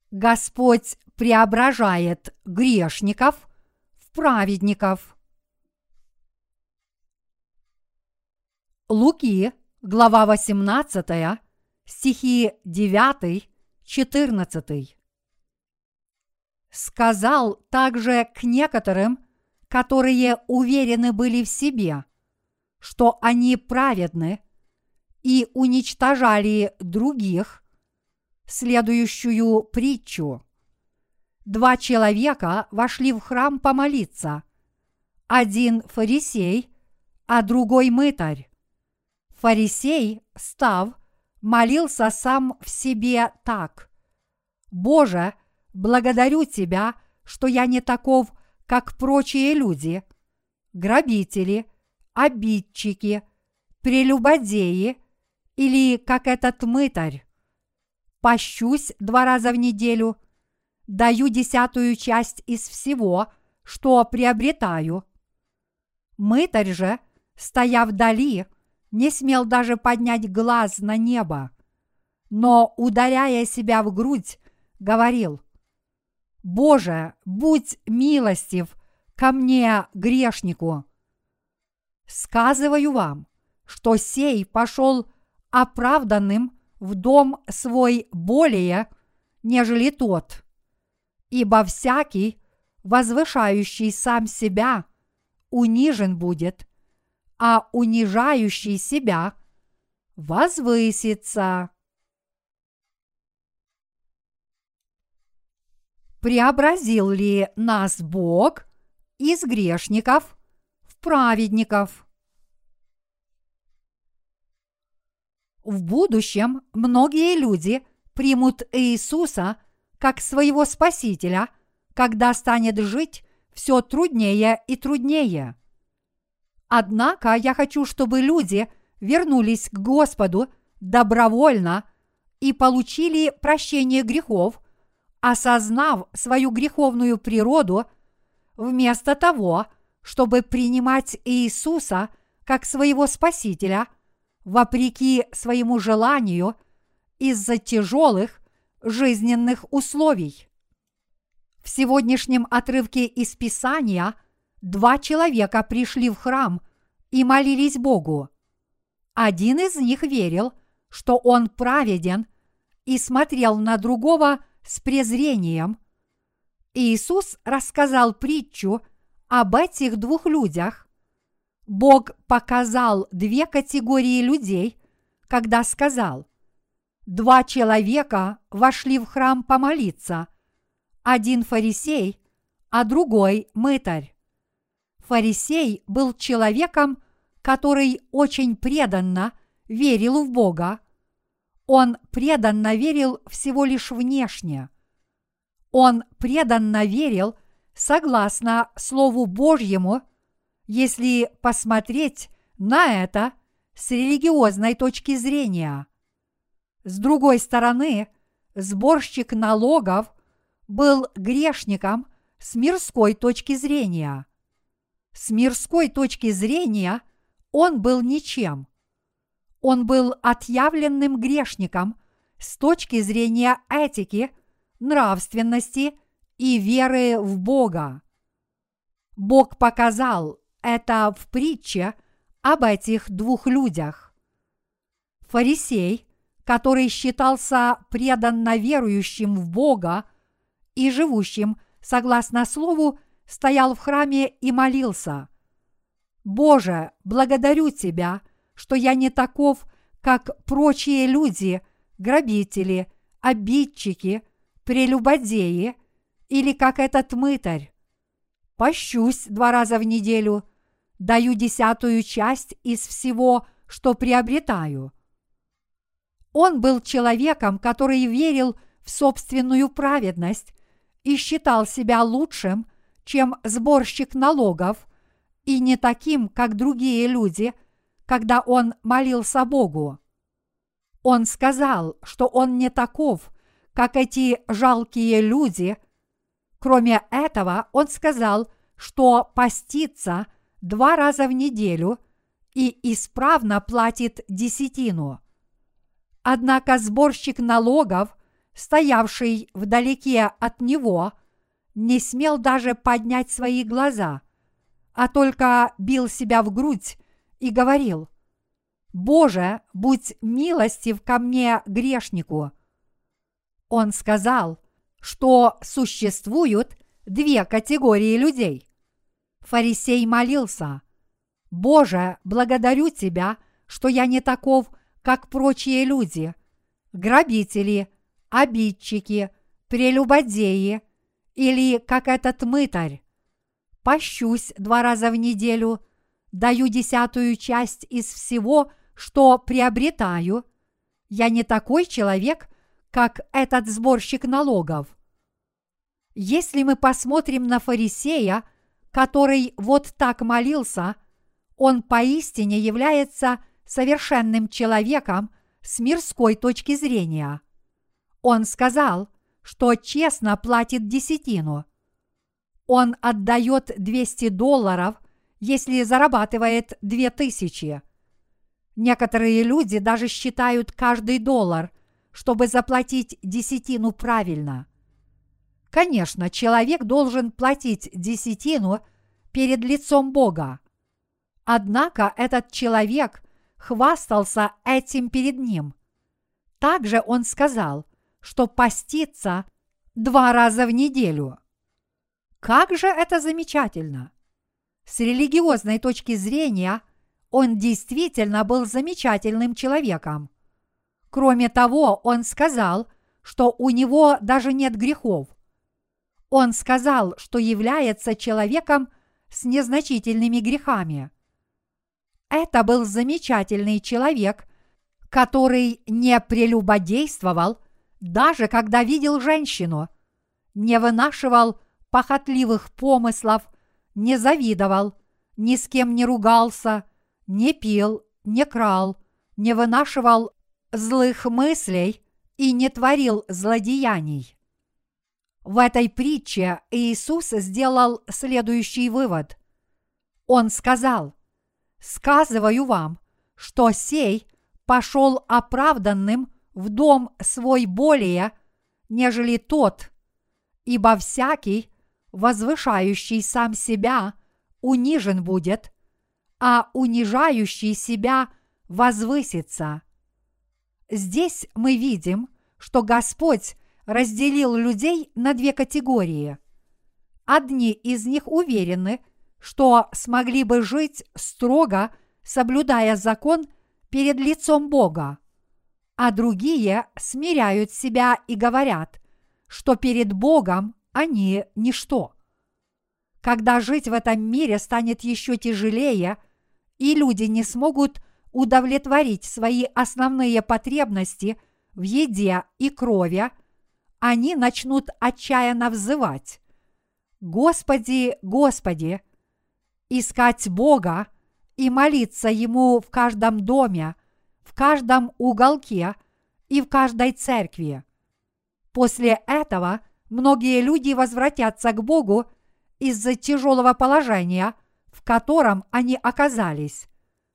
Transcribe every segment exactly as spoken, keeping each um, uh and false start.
Господь преображает грешников в праведников. Луки, глава восемнадцатая, стихи девятый, четырнадцатый. Сказал также к некоторым, которые уверены были в себе, что они праведны, и уничтожали других, следующую притчу. Два человека вошли в храм помолиться, один фарисей, а другой мытарь. Фарисей, став, молился сам в себе так: «Боже, благодарю Тебя, что я не таков, как прочие люди, грабители, обидчики, прелюбодеи или как этот мытарь. Пощусь два раза в неделю, даю десятую часть из всего, что приобретаю». Мытарь же, стоя вдали, не смел даже поднять глаз на небо, но, ударяя себя в грудь, говорил: «Боже, будь милостив ко мне, грешнику». Сказываю вам, что сей пошел оправданным в дом свой более, нежели тот. Ибо всякий, возвышающий сам себя, унижен будет, а унижающий себя возвысится. Преобразил ли нас Бог из грешников в праведников? В будущем многие люди примут Иисуса как своего Спасителя, когда станет жить все труднее и труднее. Однако я хочу, чтобы люди вернулись к Господу добровольно и получили прощение грехов, осознав свою греховную природу, вместо того, чтобы принимать Иисуса как своего Спасителя, вопреки своему желанию, из-за тяжелых жизненных условий. В сегодняшнем отрывке из Писания два человека пришли в храм и молились Богу. Один из них верил, что он праведен, и смотрел на другого с презрением. Иисус рассказал притчу об этих двух людях. Бог показал две категории людей, когда сказал: «Два человека вошли в храм помолиться, один фарисей, а другой мытарь». Фарисей был человеком, который очень преданно верил в Бога. Он преданно верил всего лишь внешне. Он преданно верил согласно Слову Божьему, если посмотреть на это с религиозной точки зрения. С другой стороны, сборщик налогов был грешником с мирской точки зрения. С мирской точки зрения он был ничем. Он был отъявленным грешником с точки зрения этики, нравственности и веры в Бога. Бог показал это в притче об этих двух людях. Фарисей, который считался преданно верующим в Бога и живущим согласно Слову, стоял в храме и молился: «Боже, благодарю Тебя, что я не таков, как прочие люди, грабители, обидчики, прелюбодеи или как этот мытарь. Пощусь два раза в неделю, даю десятую часть из всего, что приобретаю». Он был человеком, который верил в собственную праведность и считал себя лучшим, чем сборщик налогов, и не таким, как другие люди, когда он молился Богу. Он сказал, что он не таков, как эти жалкие люди. Кроме этого, он сказал, что постится два раза в неделю и исправно платит десятину. Однако сборщик налогов стоявший вдалеке от него, не смел даже поднять свои глаза, а только бил себя в грудь и говорил: «Боже, будь милостив ко мне, грешнику». Он сказал, что существуют две категории людей. Фарисей молился: «Боже, благодарю Тебя, что я не таков, как прочие люди, грабители, обидчики, прелюбодеи или как этот мытарь. Пощусь два раза в неделю, даю десятую часть из всего, что приобретаю. Я не такой человек, как этот сборщик налогов». Если мы посмотрим на фарисея, который вот так молился, он поистине является совершенным человеком с мирской точки зрения. Он сказал, что честно платит десятину. Он отдает двести долларов, если зарабатывает две тысячи. Некоторые люди даже считают каждый доллар, чтобы заплатить десятину правильно. Конечно, человек должен платить десятину перед лицом Бога. Однако этот человек хвастался этим перед ним. Также он сказал, что постится два раза в неделю. Как же это замечательно! С религиозной точки зрения он действительно был замечательным человеком. Кроме того, он сказал, что у него даже нет грехов. Он сказал, что является человеком с незначительными грехами. Это был замечательный человек, который не прелюбодействовал, даже когда видел женщину, не вынашивал похотливых помыслов, не завидовал, ни с кем не ругался, не пил, не крал, не вынашивал злых мыслей и не творил злодеяний. В этой притче Иисус сделал следующий вывод. Он сказал: «Сказываю вам, что сей пошел оправданным в дом свой более, нежели тот, ибо всякий, возвышающий сам себя, унижен будет, а унижающий себя возвысится». Здесь мы видим, что Господь разделил людей на две категории. Одни из них уверены, что смогли бы жить строго, соблюдая закон перед лицом Бога, а другие смиряют себя и говорят, что перед Богом они ничто. Когда жить в этом мире станет еще тяжелее, и люди не смогут удовлетворить свои основные потребности в еде и крови, они начнут отчаянно взывать: «Господи, Господи!» искать Бога и молиться Ему в каждом доме, в каждом уголке и в каждой церкви. После этого многие люди возвратятся к Богу из-за тяжелого положения, в котором они оказались.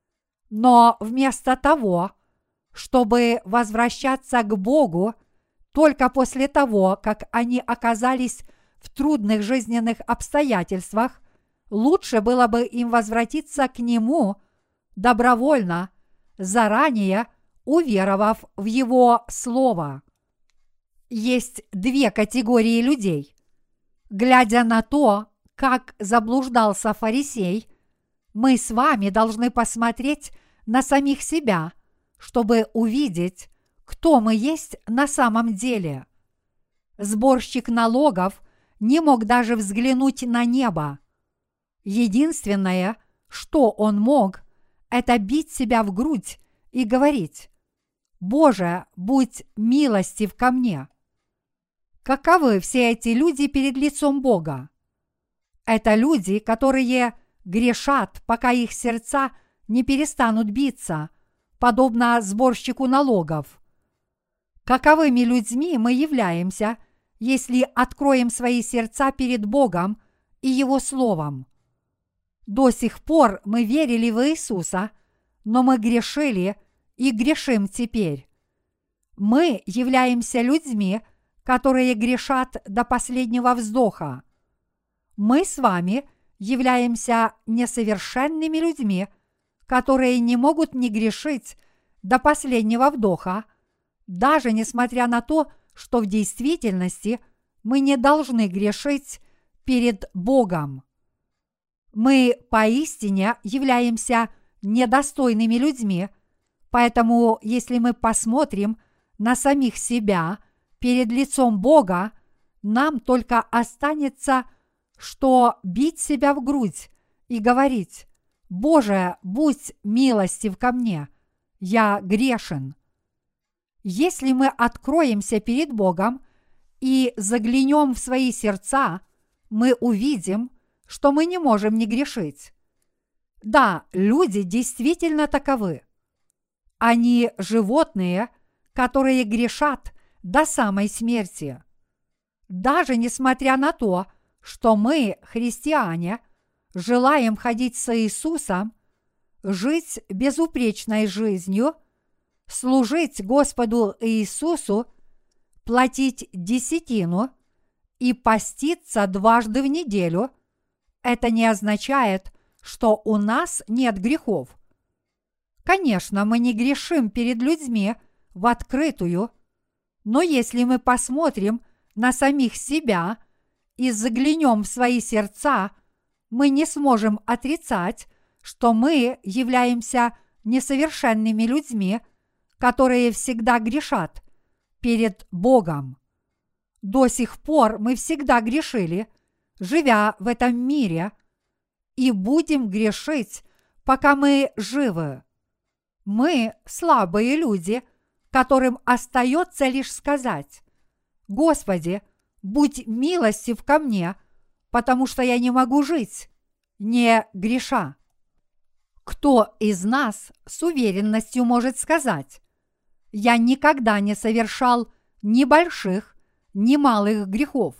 Но вместо того, чтобы возвращаться к Богу только после того, как они оказались в трудных жизненных обстоятельствах, лучше было бы им возвратиться к Нему добровольно, заранее уверовав в Его Слово. Есть две категории людей. Глядя на то, как заблуждался фарисей, мы с вами должны посмотреть на самих себя, чтобы увидеть, кто мы есть на самом деле. Сборщик налогов не мог даже взглянуть на небо. Единственное, что он мог, это бить себя в грудь и говорить: «Боже, будь милостив ко мне». Каковы все эти люди перед лицом Бога? Это люди, которые грешат, пока их сердца не перестанут биться, подобно сборщику налогов. Каковыми людьми мы являемся, если откроем свои сердца перед Богом и Его Словом? До сих пор мы верили в Иисуса, но мы грешили и грешим теперь. Мы являемся людьми, которые грешат до последнего вздоха. Мы с вами являемся несовершенными людьми, которые не могут не грешить до последнего вдоха, даже несмотря на то, что в действительности мы не должны грешить перед Богом. Мы поистине являемся недостойными людьми, поэтому если мы посмотрим на самих себя перед лицом Бога, нам только останется, что бить себя в грудь и говорить: «Боже, будь милостив ко мне, я грешен». Если мы откроемся перед Богом и заглянем в свои сердца, мы увидим, что мы не можем не грешить. Да, люди действительно таковы. Они животные, которые грешат до самой смерти. Даже несмотря на то, что мы, христиане, желаем ходить с Иисусом, жить безупречной жизнью, служить Господу Иисусу, платить десятину и поститься дважды в неделю, это не означает, что у нас нет грехов. Конечно, мы не грешим перед людьми в открытую, но если мы посмотрим на самих себя и заглянем в свои сердца, мы не сможем отрицать, что мы являемся несовершенными людьми, которые всегда грешат перед Богом. До сих пор мы всегда грешили, живя в этом мире, и будем грешить, пока мы живы. Мы слабые люди, которым остается лишь сказать: «Господи, будь милостив ко мне, потому что я не могу жить, не греша». Кто из нас с уверенностью может сказать: «Я никогда не совершал ни больших, ни малых грехов»?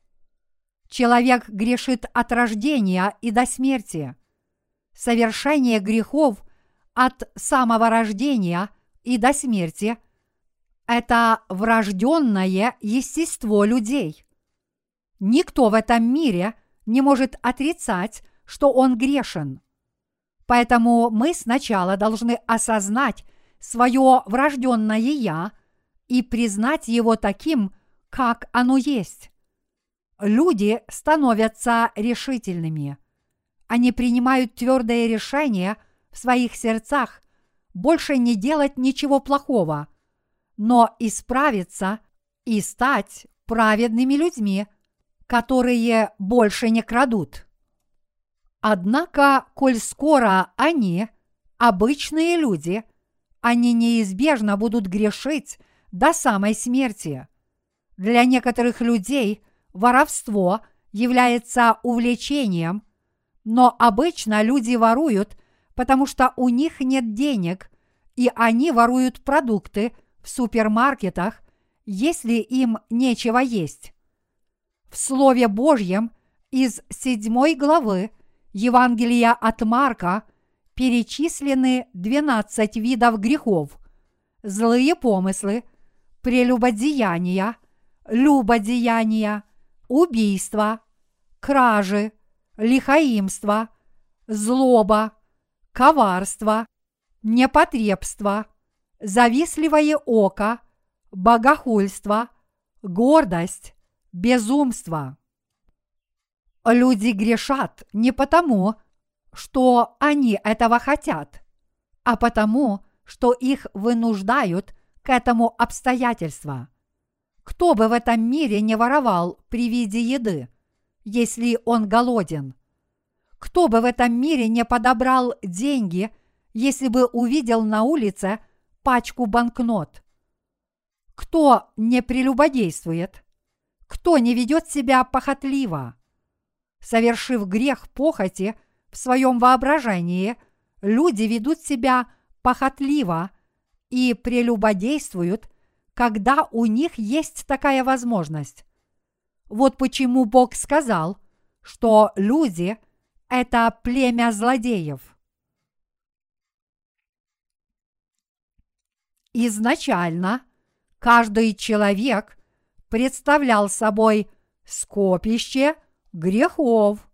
Человек грешит от рождения и до смерти. Совершение грехов от самого рождения и до смерти – это врожденное естество людей. Никто в этом мире не может отрицать, что он грешен. Поэтому мы сначала должны осознать свое врожденное «я» и признать его таким, как оно есть. Люди становятся решительными. Они принимают твердое решение в своих сердцах больше не делать ничего плохого, но исправиться и стать праведными людьми, которые больше не крадут. Однако, коль скоро они, обычные люди, они неизбежно будут грешить до самой смерти. Для некоторых людей воровство является увлечением, но обычно люди воруют, потому что у них нет денег, и они воруют продукты в супермаркетах, если им нечего есть. В Слове Божьем из седьмой главы Евангелия от Марка перечислены двенадцать видов грехов: злые помыслы, прелюбодеяния, любодеяния, убийства, кражи, лихаимство, злоба, коварство, непотребство, завистливое око, богохульство, гордость, безумство. Люди грешат не потому, что они этого хотят, а потому, что их вынуждают к этому обстоятельства. Кто бы в этом мире не воровал при виде еды, если он голоден? Кто бы в этом мире не подобрал деньги, если бы увидел на улице пачку банкнот? Кто не прелюбодействует? Кто не ведет себя похотливо? Совершив грех похоти в своем воображении, люди ведут себя похотливо и прелюбодействуют, когда у них есть такая возможность. Вот почему Бог сказал, что люди – это племя злодеев. Изначально каждый человек представлял собой скопище грехов.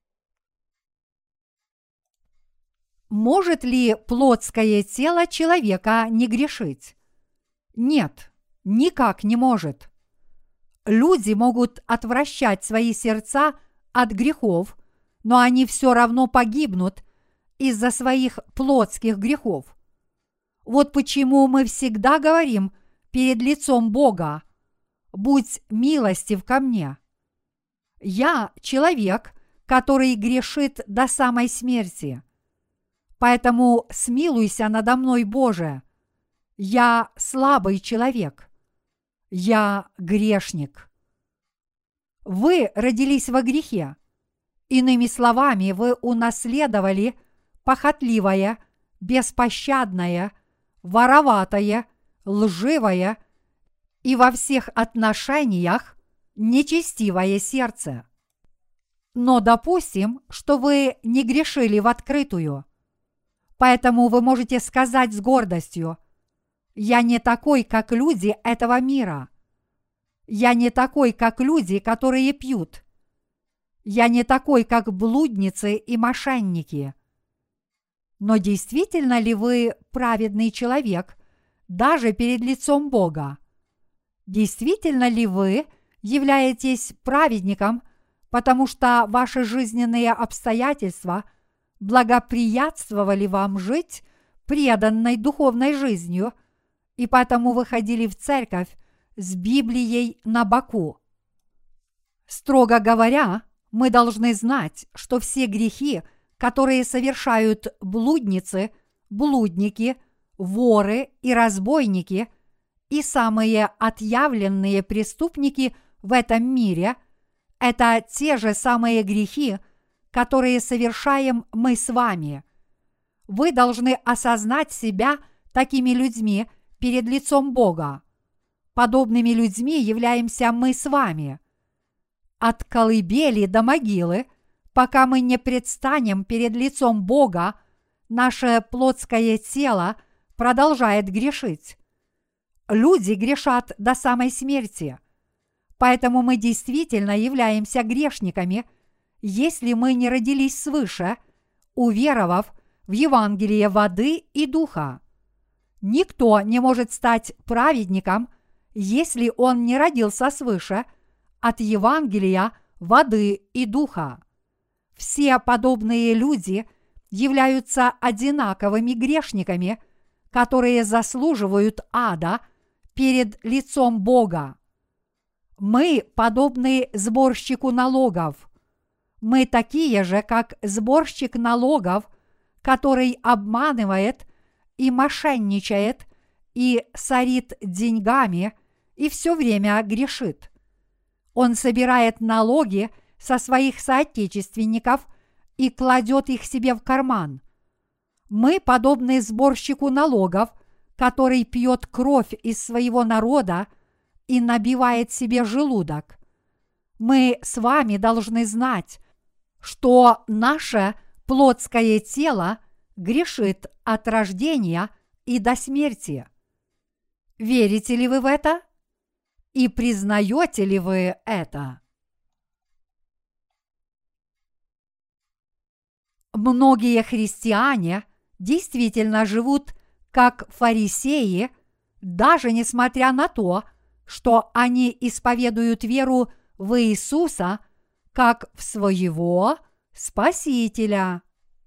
Может ли плотское тело человека не грешить? Нет, никак не может. Люди могут отвращать свои сердца от грехов, но они все равно погибнут из-за своих плотских грехов. Вот почему мы всегда говорим перед лицом Бога: «Будь милостив ко мне». Я человек, который грешит до самой смерти. Поэтому смилуйся надо мной, Боже. Я слабый человек. Я грешник. Вы родились во грехе. Иными словами, вы унаследовали похотливое, беспощадное, вороватое, лживое и во всех отношениях нечестивое сердце. Но допустим, что вы не грешили в открытую. Поэтому вы можете сказать с гордостью: «Я не такой, как люди этого мира. Я не такой, как люди, которые пьют. Я не такой, как блудницы и мошенники». Но действительно ли вы праведный человек даже перед лицом Бога? Действительно ли вы являетесь праведником, потому что ваши жизненные обстоятельства благоприятствовали вам жить преданной духовной жизнью, и поэтому вы ходили в церковь с Библией на боку? Строго говоря, мы должны знать, что все грехи, которые совершают блудницы, блудники, воры и разбойники, и самые отъявленные преступники в этом мире, это те же самые грехи, которые совершаем мы с вами. Вы должны осознать себя такими людьми перед лицом Бога. Подобными людьми являемся мы с вами. От колыбели до могилы, пока мы не предстанем перед лицом Бога, наше плотское тело продолжает грешить. Люди грешат до самой смерти. Поэтому мы действительно являемся грешниками, если мы не родились свыше, уверовав в Евангелие воды и духа. Никто не может стать праведником, если он не родился свыше от Евангелия воды и духа. Все подобные люди являются одинаковыми грешниками, которые заслуживают ада перед лицом Бога. Мы подобны сборщику налогов. Мы такие же, как сборщик налогов, который обманывает и мошенничает и сорит деньгами и все время грешит. Он собирает налоги со своих соотечественников и кладет их себе в карман. Мы подобны сборщику налогов, который пьет кровь из своего народа и набивает себе желудок. Мы с вами должны знать, что наше плотское тело грешит от рождения и до смерти. Верите ли вы в это? И признаете ли вы это? Многие христиане действительно живут как фарисеи, даже несмотря на то, что они исповедуют веру в Иисуса как в своего Спасителя.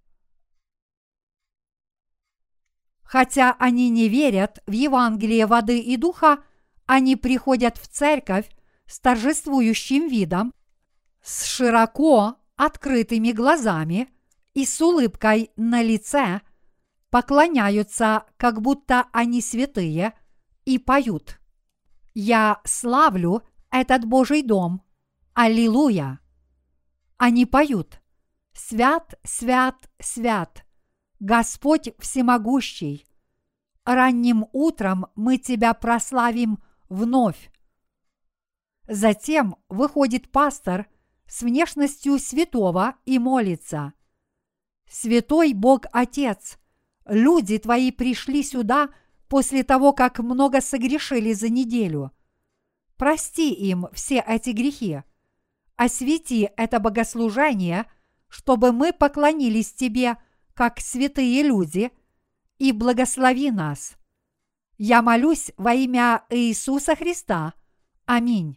Хотя они не верят в Евангелие воды и духа, они приходят в церковь с торжествующим видом, с широко открытыми глазами и с улыбкой на лице, поклоняются, как будто они святые, и поют: «Я славлю этот Божий дом! Аллилуйя!» Они поют: «Свят, свят, свят! Господь всемогущий! Ранним утром мы Тебя прославим вновь!» Затем выходит пастор с внешностью святого и молится: «Святой Бог Отец, люди Твои пришли сюда после того, как много согрешили за неделю. прости им все эти грехи. Освети это богослужение, чтобы мы поклонились Тебе, как святые люди, и благослови нас. Я молюсь во имя Иисуса Христа. Аминь.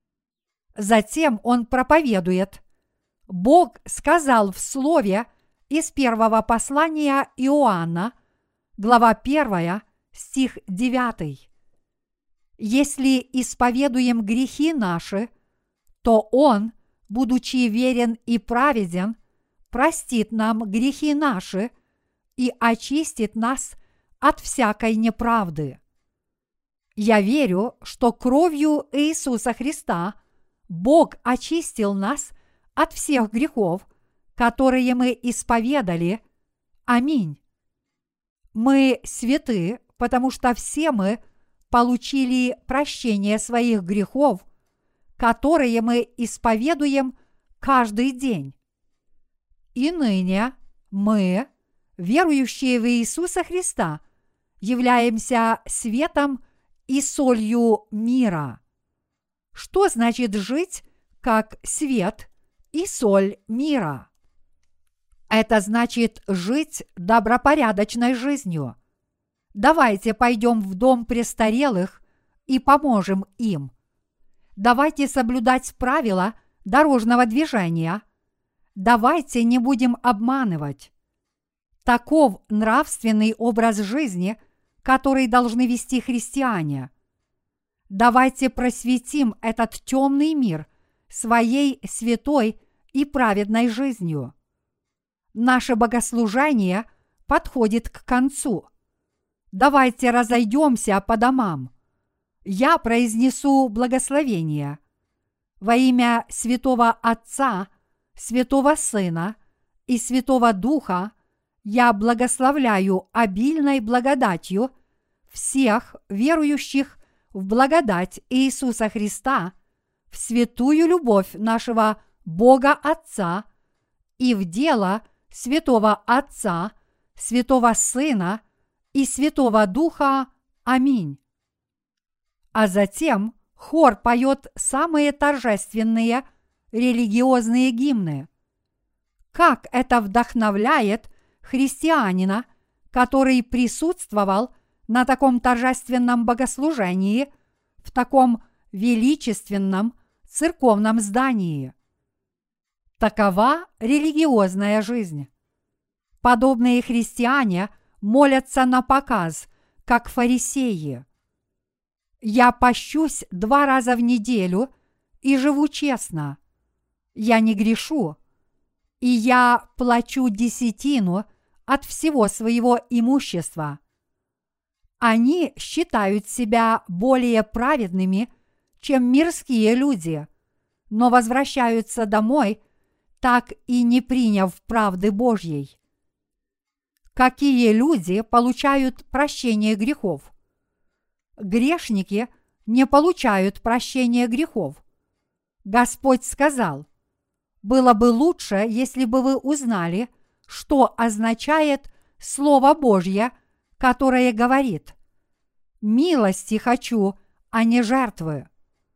Затем он проповедует: Бог сказал в слове из первого послания Иоанна, глава первая, стих девятый. Если исповедуем грехи наши, то Он, будучи верен и праведен, простит нам грехи наши и очистит нас от всякой неправды. Я верю, что кровью Иисуса Христа Бог очистил нас от всех грехов, которые мы исповедали. Аминь. Мы святы, потому что все мы получили прощение своих грехов, которые мы исповедуем каждый день. И ныне мы, верующие в Иисуса Христа, являемся светом и солью мира. Что значит жить как свет и соль мира? Это значит жить добропорядочной жизнью. Давайте пойдем в дом престарелых и поможем им. Давайте соблюдать правила дорожного движения. Давайте не будем обманывать. Таков нравственный образ жизни, который должны вести христиане. Давайте просветим этот темный мир своей святой и праведной жизнью. Наше богослужение подходит к концу. Давайте разойдемся по домам. Я произнесу благословение. Во имя Святого Отца, Святого Сына и Святого Духа я благословляю обильной благодатью всех верующих в благодать Иисуса Христа, в святую любовь нашего Бога Отца и в дело Святого Отца, Святого Сына и Святого Духа. Аминь. А затем хор поет самые торжественные религиозные гимны. Как это вдохновляет христианина, который присутствовал на таком торжественном богослужении в таком величественном церковном здании. Такова религиозная жизнь. Подобные христиане молятся на показ, как фарисеи. Я пощусь два раза в неделю и живу честно. Я не грешу, и я плачу десятину от всего своего имущества. Они считают себя более праведными, чем мирские люди, но возвращаются домой, так и не приняв правды Божьей. Какие люди получают прощение грехов? Грешники не получают прощения грехов. Господь сказал: «Было бы лучше, если бы вы узнали, что означает Слово Божье, которое говорит: „Милости хочу, а не жертвы“».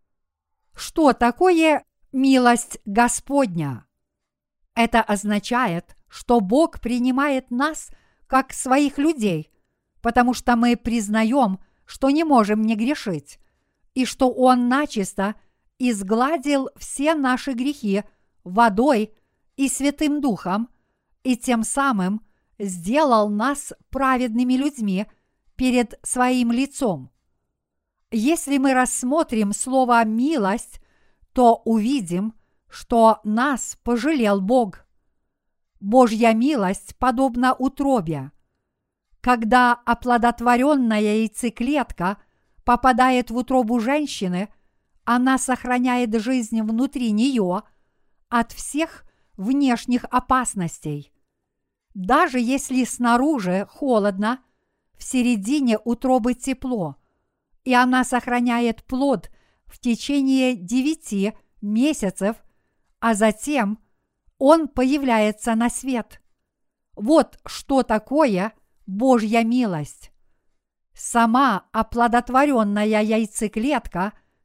Что такое милость Господня? Это означает, что Бог принимает нас как своих людей, потому что мы признаем, что не можем не грешить, и что Он начисто изгладил все наши грехи водой и Святым Духом, и тем самым сделал нас праведными людьми перед Своим лицом. Если мы рассмотрим слово «милость», то увидим, что нас пожалел Бог. Божья милость подобна утробе. Когда оплодотворенная яйцеклетка попадает в утробу женщины, она сохраняет жизнь внутри нее от всех внешних опасностей. Даже если снаружи холодно, в середине утробы тепло, и она сохраняет плод в течение девяти месяцев, а затем он появляется на свет. Вот что такое Божья милость. Сама оплодотворенная яйцеклетка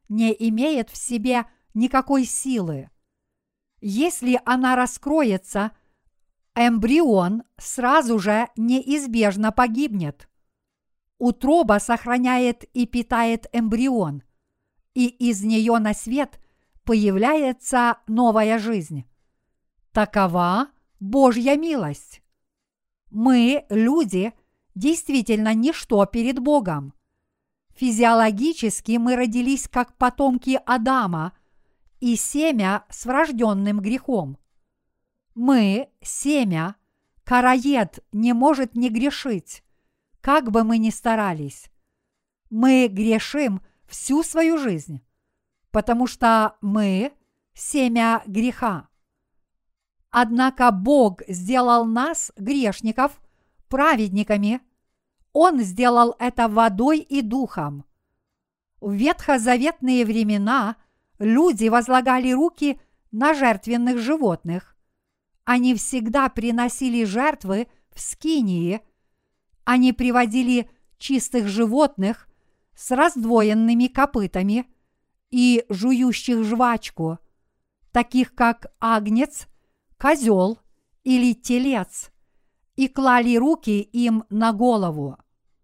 не имеет в себе никакой силы. Если она раскроется, эмбрион сразу же неизбежно погибнет. Утроба сохраняет и питает эмбрион, и из нее на свет появляется новая жизнь. Такова Божья милость. Мы, люди, действительно ничто перед Богом. Физиологически мы родились как потомки Адама и семя с врожденным грехом. Мы, семя, короед не может не грешить, как бы мы ни старались. Мы грешим всю свою жизнь, потому что мы – семя греха. Однако Бог сделал нас, грешников, праведниками. Он сделал это водой и духом. В ветхозаветные времена люди возлагали руки на жертвенных животных. Они всегда приносили жертвы в скинии. Они приводили чистых животных с раздвоенными копытами и жующих жвачку, таких как агнец, козел или телец, и клали руки им на голову.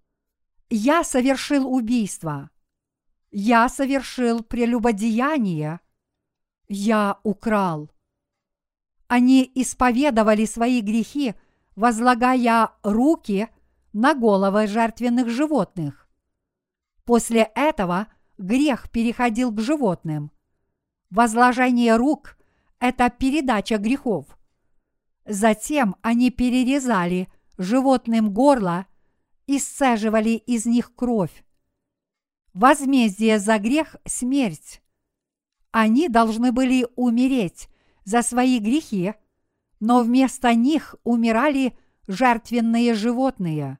Я совершил убийство. Я совершил прелюбодеяние. Я украл. Они исповедовали свои грехи, возлагая руки на головы жертвенных животных. После этого грех переходил к животным. Возложение рук – это передача грехов. Затем они перерезали животным горло и сцеживали из них кровь. Возмездие за грех – смерть. Они должны были умереть за свои грехи, но вместо них умирали жертвенные животные.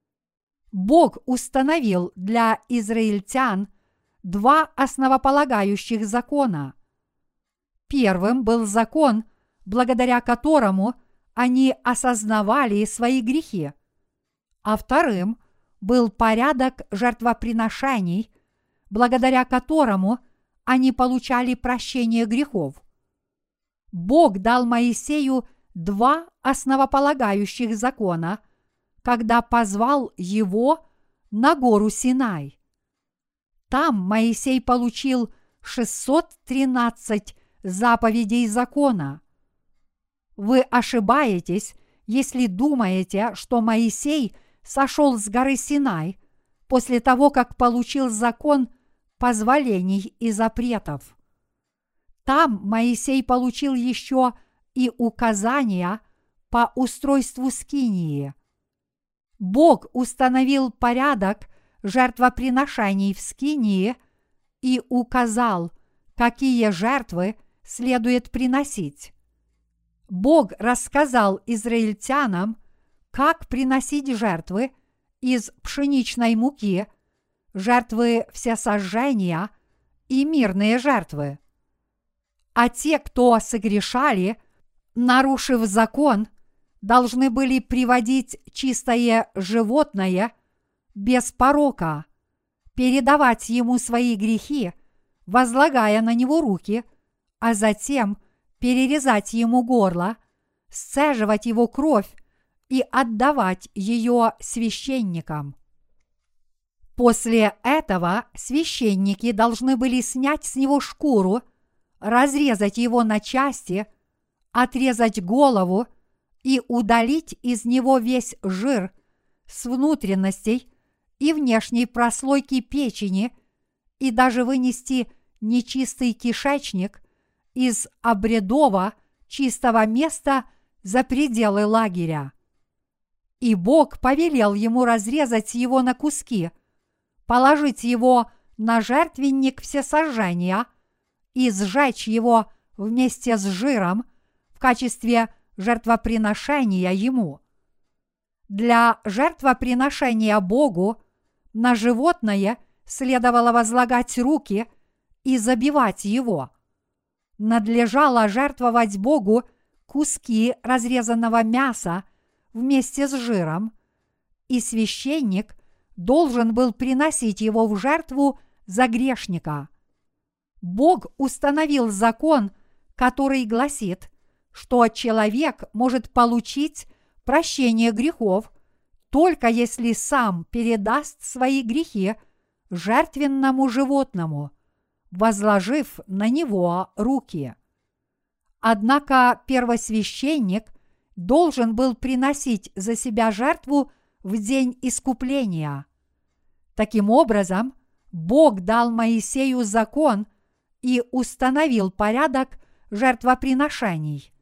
Бог установил для израильтян два основополагающих закона. Первым был закон, благодаря которому они осознавали свои грехи, а вторым был порядок жертвоприношений, благодаря которому они получали прощение грехов. Бог дал Моисею два основополагающих закона, когда позвал его на гору Синай. Там Моисей получил шестьсот тринадцать заповедей закона. Вы ошибаетесь, если думаете, что Моисей сошел с горы Синай после того, как получил закон позволений и запретов. Там Моисей получил еще и указания по устройству скинии. Бог установил порядок жертвоприношений в скинии и указал, какие жертвы следует приносить. Бог рассказал израильтянам, как приносить жертвы из пшеничной муки, жертвы всесожжения и мирные жертвы. А те, кто согрешали, нарушив закон, должны были приводить чистое животное без порока, передавать ему свои грехи, возлагая на него руки, а затем перерезать ему горло, сцеживать его кровь и отдавать ее священникам. После этого священники должны были снять с него шкуру, разрезать его на части, отрезать голову и удалить из него весь жир с внутренностей и внешней прослойки печени и даже вынести нечистый кишечник из обрядово чистого места за пределы лагеря. И Бог повелел ему разрезать его на куски, положить его на жертвенник всесожжения и сжечь его вместе с жиром в качестве жертвоприношения ему. Для жертвоприношения Богу на животное следовало возлагать руки и забивать его. Надлежало жертвовать Богу куски разрезанного мяса вместе с жиром, и священник должен был приносить его в жертву за грешника. Бог установил закон, который гласит, что человек может получить прощение грехов только если сам передаст свои грехи жертвенному животному, возложив на него руки. Однако первосвященник должен был приносить за себя жертву в день искупления. Таким образом, Бог дал Моисею закон и установил порядок жертвоприношений.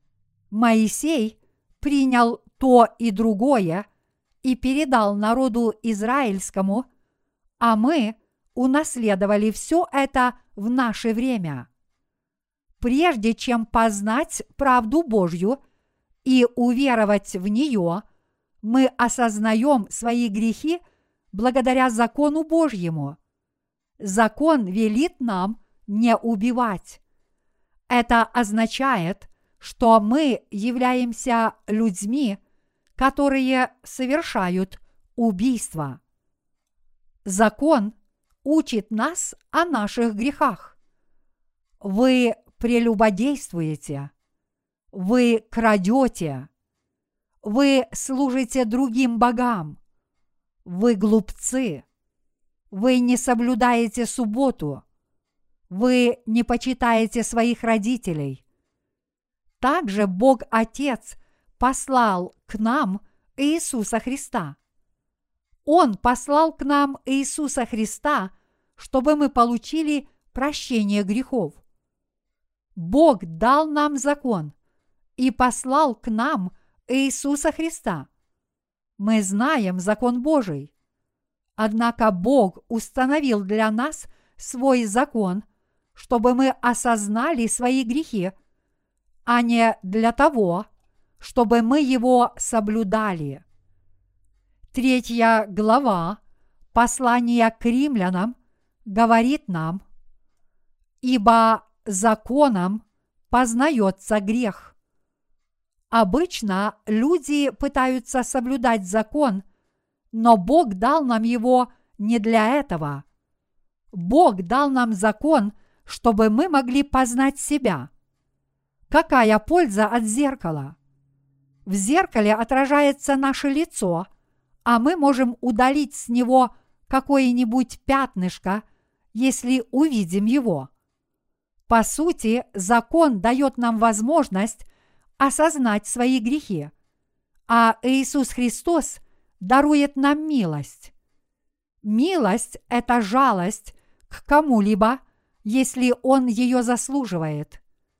Моисей принял то и другое и передал народу израильскому, а мы унаследовали все это в наше время. Прежде чем познать правду Божью и уверовать в нее, мы осознаем свои грехи благодаря закону Божьему. Закон велит нам не убивать. Это означает, что мы являемся людьми, которые совершают убийство. Закон учит нас о наших грехах. Вы прелюбодействуете, вы крадете, вы служите другим богам, вы глупцы, вы не соблюдаете субботу, вы не почитаете своих родителей. Также Бог Отец послал к нам Иисуса Христа. Он послал к нам Иисуса Христа, чтобы мы получили прощение грехов. Бог дал нам закон и послал к нам Иисуса Христа. Мы знаем закон Божий. Однако Бог установил для нас свой закон, чтобы мы осознали свои грехи, а не для того, чтобы мы его соблюдали. Третья глава послания к римлянам говорит нам: «Ибо законом познается грех». Обычно люди пытаются соблюдать закон, но Бог дал нам его не для этого. Бог дал нам закон, чтобы мы могли познать себя. Какая польза от зеркала? В зеркале отражается наше лицо, а мы можем удалить с него какое-нибудь пятнышко, если увидим его. По сути, закон дает нам возможность осознать свои грехи, а Иисус Христос дарует нам милость. Милость – это жалость к кому-либо, если он ее заслуживает.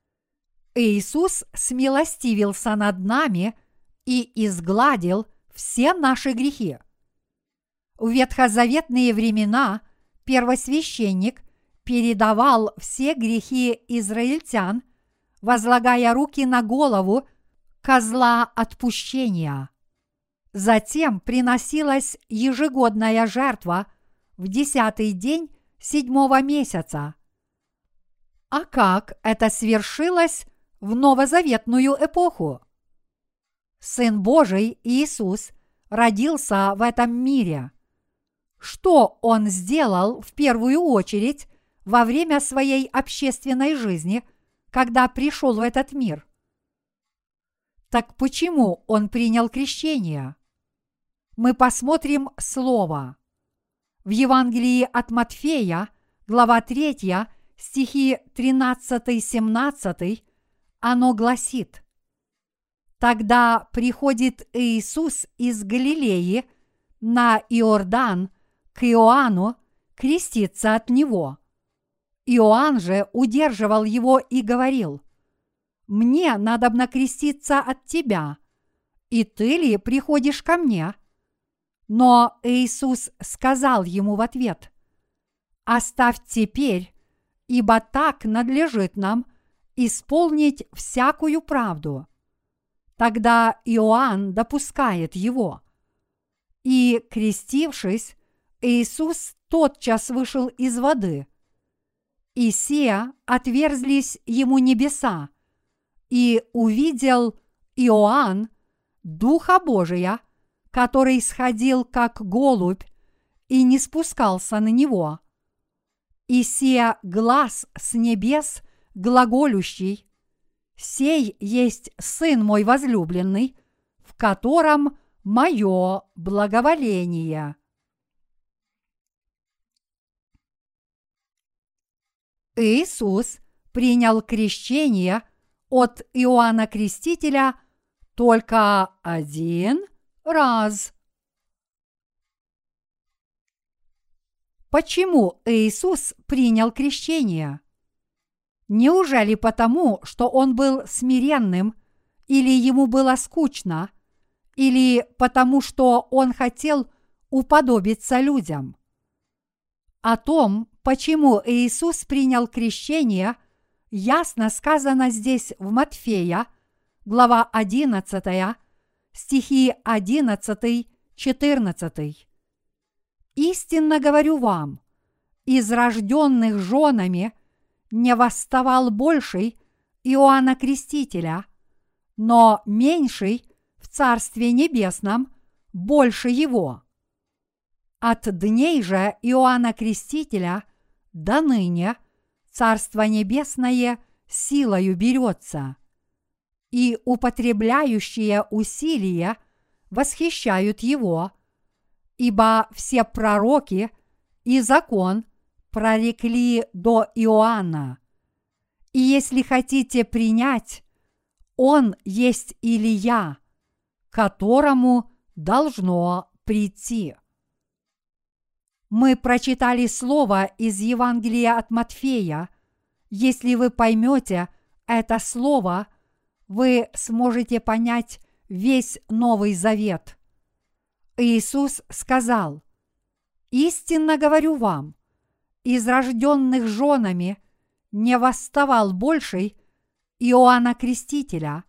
Иисус смилостивился над нами и изгладил все наши грехи. В ветхозаветные времена первосвященник передавал все грехи израильтян, возлагая руки на голову козла отпущения. Затем приносилась ежегодная жертва в десятый день седьмого месяца. А как это свершилось в новозаветную эпоху? Сын Божий Иисус родился в этом мире. Что Он сделал в первую очередь во время своей общественной жизни, когда пришел в этот мир? Так почему Он принял крещение? Мы посмотрим Слово. В Евангелии от Матфея, глава третья, стихи тринадцатый-семнадцатый, оно гласит: «Тогда приходит Иисус из Галилеи на Иордан к Иоанну креститься от него. Иоанн же удерживал его и говорил: «Мне надобно креститься от тебя, и ты ли приходишь ко мне?» Но Иисус сказал ему в ответ: «Оставь теперь, ибо так надлежит нам исполнить всякую правду». Тогда Иоанн допускает его. И, крестившись, Иисус тотчас вышел из воды. И сия отверзлись ему небеса, и увидел Иоанн Духа Божия, который сходил как голубь и не спускался на него. И се глас с небес глаголющий: «Сей есть Сын мой возлюбленный, в котором мое благоволение». Иисус принял крещение от Иоанна Крестителя только один раз. Почему Иисус принял крещение? Неужели потому, что он был смиренным, или ему было скучно, или потому, что он хотел уподобиться людям? О том, почему Иисус принял крещение, ясно сказано здесь в Матфея, глава одиннадцатая, стихи одиннадцатый-четырнадцатый. «Истинно говорю вам, из рожденных женами не восставал больший Иоанна Крестителя, но меньший в Царстве Небесном больше его. От дней же Иоанна Крестителя до ныне Царство Небесное силою берется, и употребляющие усилия восхищают его, ибо все пророки и закон прорекли до Иоанна. И если хотите принять, он есть Илия, которому должно прийти». Мы прочитали слово из Евангелия от Матфея. Если вы поймете это слово, вы сможете понять весь Новый Завет. Иисус сказал: «Истинно говорю вам, из рожденных женами не восставал больший Иоанна Крестителя».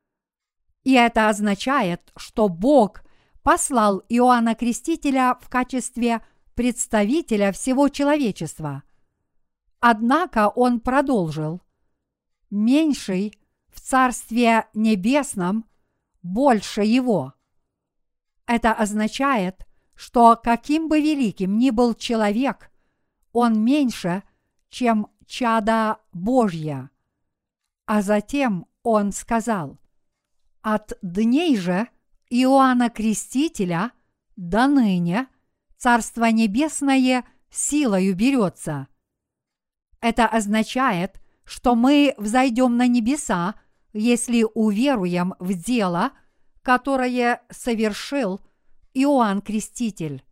И это означает, что Бог послал Иоанна Крестителя в качестве представителя всего человечества. Однако он продолжил: «Меньший в Царстве Небесном больше его». Это означает, что каким бы великим ни был человек, он меньше, чем чадо Божье. А затем он сказал: «От дней же Иоанна Крестителя до ныне Царство Небесное силою берется». Это означает, что мы взойдем на небеса, если уверуем в дело, которое совершил Иоанн Креститель.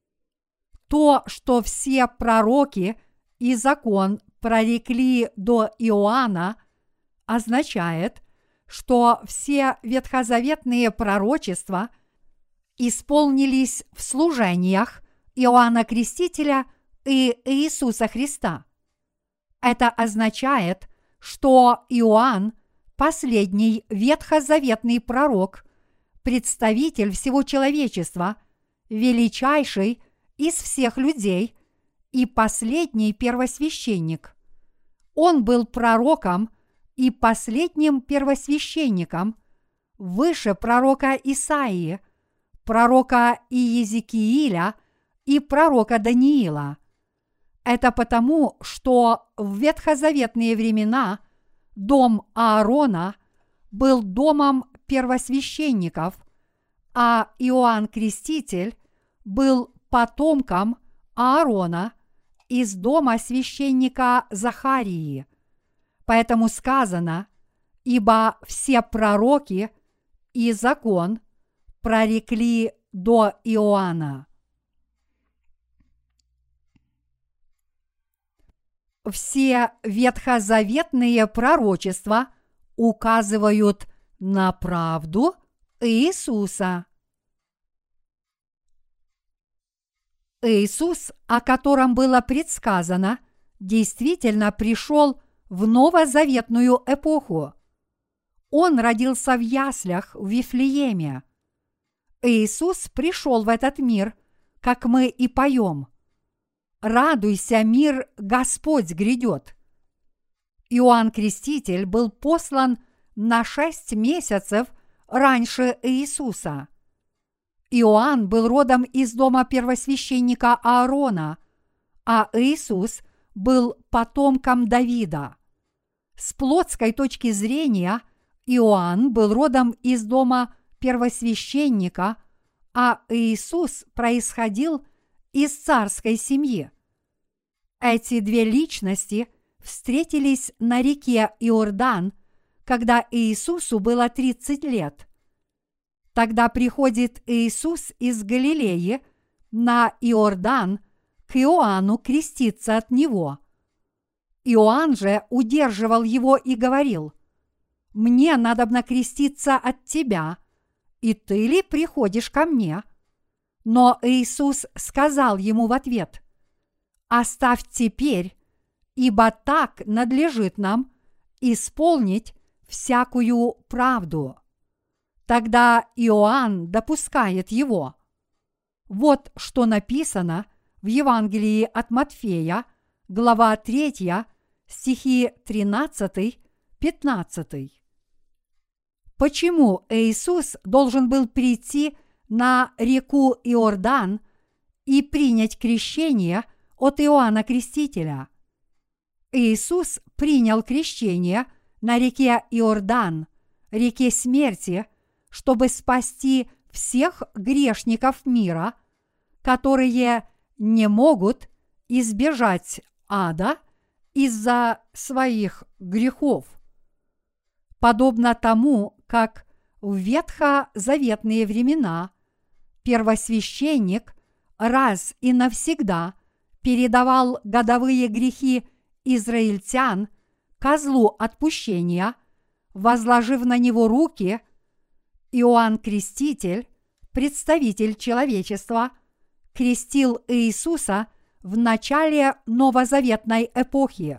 То, что все пророки и закон прорекли до Иоанна, означает, что все ветхозаветные пророчества исполнились в служениях Иоанна Крестителя и Иисуса Христа. Это означает, что Иоанн – последний ветхозаветный пророк, представитель всего человечества, величайший из всех людей и последний первосвященник. Он был пророком и последним первосвященником, выше пророка Исаии, пророка Иезекииля и пророка Даниила. Это потому, что в ветхозаветные времена дом Аарона был домом первосвященников, а Иоанн Креститель был потомком Аарона из дома священника Захарии. Поэтому сказано: «Ибо все пророки и закон прорекли до Иоанна». Все ветхозаветные пророчества указывают на правду Иисуса. Иисус, о котором было предсказано, действительно пришел в новозаветную эпоху. Он родился в яслях в Вифлееме. Иисус пришел в этот мир, как мы и поем: «Радуйся, мир, Господь грядет». Иоанн Креститель был послан на шесть месяцев раньше Иисуса. Иоанн был родом из дома первосвященника Аарона, а Иисус был потомком Давида. С плотской точки зрения Иоанн был родом из дома первосвященника, а Иисус происходил из царской семьи. Эти две личности встретились на реке Иордан, когда Иисусу было тридцать лет. Тогда приходит Иисус из Галилеи на Иордан к Иоанну креститься от него. Иоанн же удерживал его и говорил: «Мне надобно креститься от тебя, и ты ли приходишь ко мне?» Но Иисус сказал ему в ответ: «Оставь теперь, ибо так надлежит нам исполнить всякую правду». Тогда Иоанн допускает его. Вот что написано в Евангелии от Матфея, глава третья, стихи тринадцатый-пятнадцатый. Почему Иисус должен был прийти на реку Иордан и принять крещение от Иоанна Крестителя? Иисус принял крещение на реке Иордан, реке смерти, чтобы спасти всех грешников мира, которые не могут избежать ада из-за своих грехов. Подобно тому, как в ветхозаветные времена первосвященник раз и навсегда передавал годовые грехи израильтян козлу отпущения, возложив на него руки, Иоанн Креститель, представитель человечества, крестил Иисуса в начале новозаветной эпохи.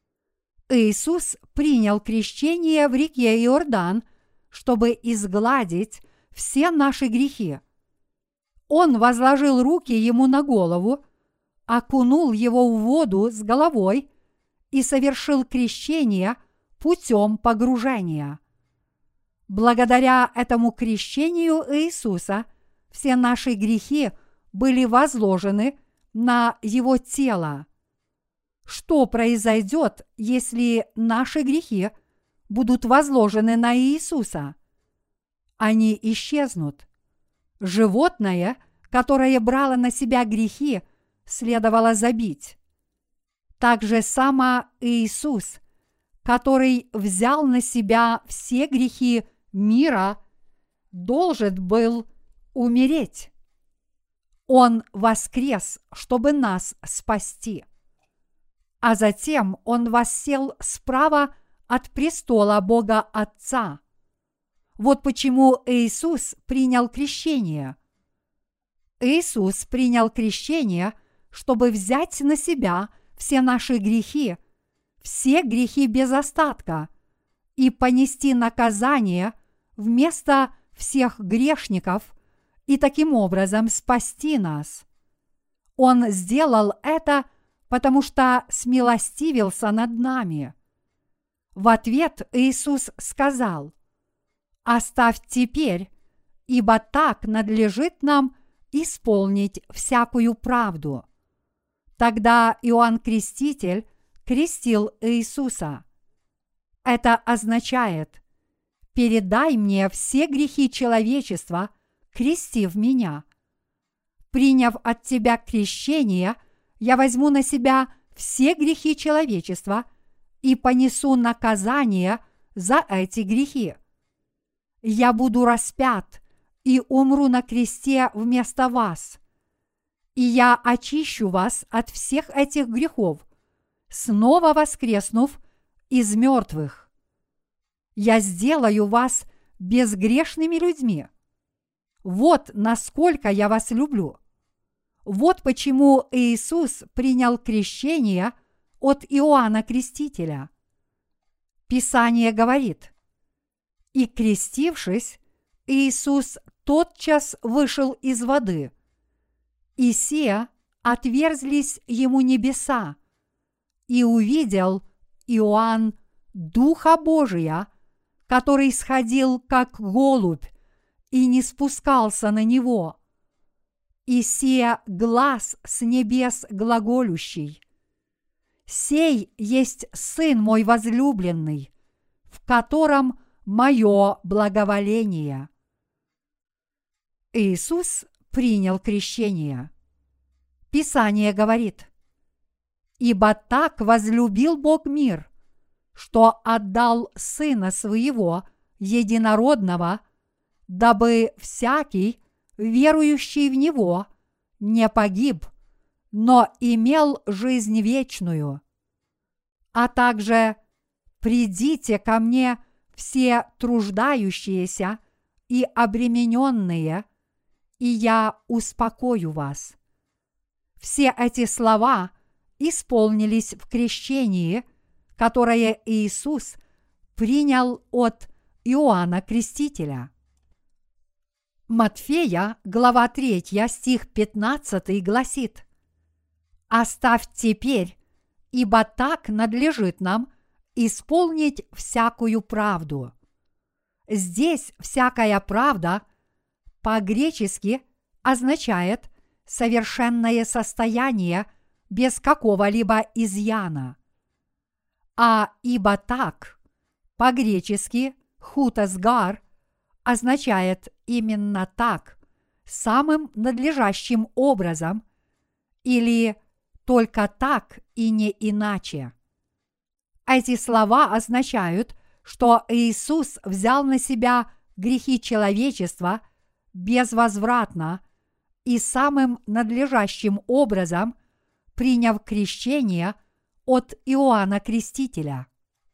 Иисус принял крещение в реке Иордан, чтобы изгладить все наши грехи. Он возложил руки ему на голову, окунул его в воду с головой и совершил крещение путем погружения. Благодаря этому крещению Иисуса все наши грехи были возложены на Его тело. Что произойдет, если наши грехи будут возложены на Иисуса? Они исчезнут. Животное, которое брало на себя грехи, следовало забить. Так же само Иисус, который взял на себя все грехи мира, должен был умереть. Он воскрес, чтобы нас спасти. А затем Он воссел справа от престола Бога Отца. Вот почему Иисус принял крещение. Иисус принял крещение, чтобы взять на себя все наши грехи, все грехи без остатка, и понести наказание вместо всех грешников и таким образом спасти нас. Он сделал это, потому что смилостивился над нами. В ответ Иисус сказал: «Оставь теперь, ибо так надлежит нам исполнить всякую правду». Тогда Иоанн Креститель крестил Иисуса. Это означает: «Передай мне все грехи человечества, крестив меня. Приняв от тебя крещение, я возьму на себя все грехи человечества и понесу наказание за эти грехи. Я буду распят и умру на кресте вместо вас, и я очищу вас от всех этих грехов, снова воскреснув из мертвых. Я сделаю вас безгрешными людьми. Вот насколько я вас люблю». Вот почему Иисус принял крещение от Иоанна Крестителя. Писание говорит: «И крестившись, Иисус тотчас вышел из воды, и се отверзлись ему небеса, и увидел Иоанн Духа Божия, который сходил как голубь и не спускался на него. И се глас с небес глаголющий: «Сей есть Сын мой возлюбленный, в котором мое благоволение». Иисус принял крещение. Писание говорит: «Ибо так возлюбил Бог мир, что отдал Сына Своего Единородного, дабы всякий, верующий в Него, не погиб, но имел жизнь вечную. А также придите ко мне все труждающиеся и обремененные, и я успокою вас». Все эти слова исполнились в крещении, которое Иисус принял от Иоанна Крестителя. Матфея, глава третья, стих пятнадцатый гласит: «Оставь теперь, ибо так надлежит нам исполнить всякую правду». Здесь всякая правда по-гречески означает совершенное состояние без какого-либо изъяна. А «ибо так» по-гречески «хутасгар» означает именно так, самым надлежащим образом, или только так и не иначе. Эти слова означают, что Иисус взял на себя грехи человечества безвозвратно и самым надлежащим образом, приняв крещение от Иоанна Крестителя.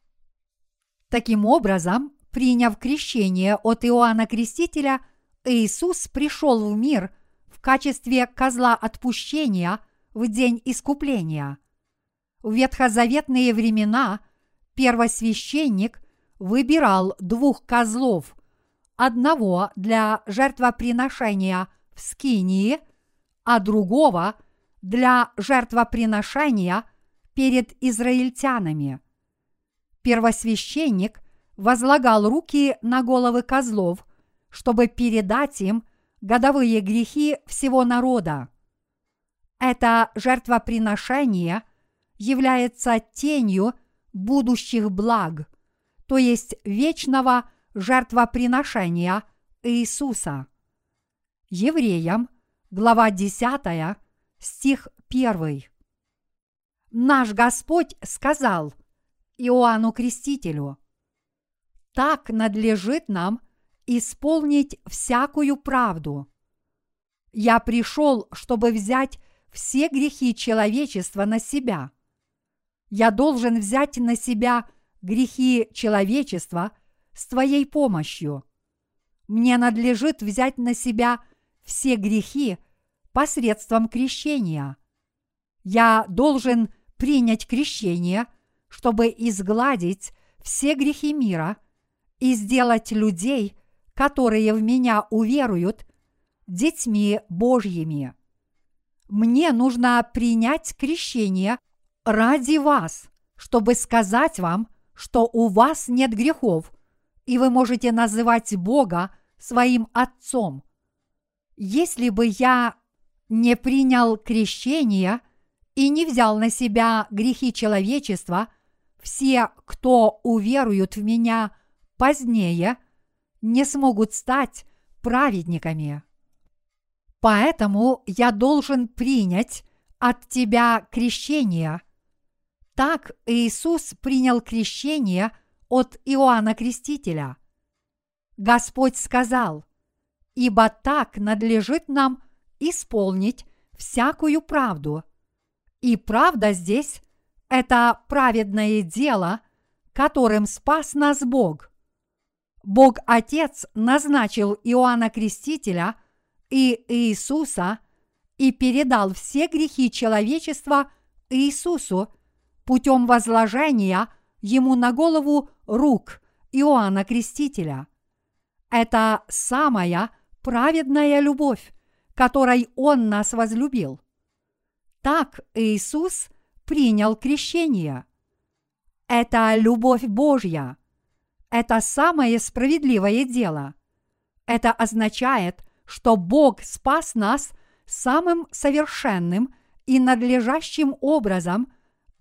Таким образом, приняв крещение от Иоанна Крестителя, Иисус пришел в мир в качестве козла отпущения в день искупления. В ветхозаветные времена первосвященник выбирал двух козлов, одного для жертвоприношения в скинии, а другого для жертвоприношения перед израильтянами. Первосвященник возлагал руки на головы козлов, чтобы передать им годовые грехи всего народа. Это жертвоприношение является тенью будущих благ, то есть вечного жертвоприношения Иисуса. Евреям, глава десятая, стих первый. Наш Господь сказал Иоанну Крестителю: «Так надлежит нам исполнить всякую правду. Я пришел, чтобы взять все грехи человечества на себя. Я должен взять на себя грехи человечества с твоей помощью. Мне надлежит взять на себя все грехи посредством крещения. Я должен принять крещение, чтобы изгладить все грехи мира и сделать людей, которые в меня уверуют, детьми Божьими. Мне нужно принять крещение ради вас, чтобы сказать вам, что у вас нет грехов, и вы можете называть Бога своим Отцом. Если бы я не принял крещение и не взял на себя грехи человечества, все, кто уверуют в меня позднее, не смогут стать праведниками. Поэтому я должен принять от тебя крещение. Так Иисус принял крещение от Иоанна Крестителя. Господь сказал: «Ибо так надлежит нам исполнить всякую правду». И правда здесь – это праведное дело, которым спас нас Бог. Бог Отец назначил Иоанна Крестителя и Иисуса и передал все грехи человечества Иисусу путем возложения ему на голову рук Иоанна Крестителя. Это самая праведная любовь, которой Он нас возлюбил. Так Иисус принял крещение. Это любовь Божья. Это самое справедливое дело. Это означает, что Бог спас нас самым совершенным и надлежащим образом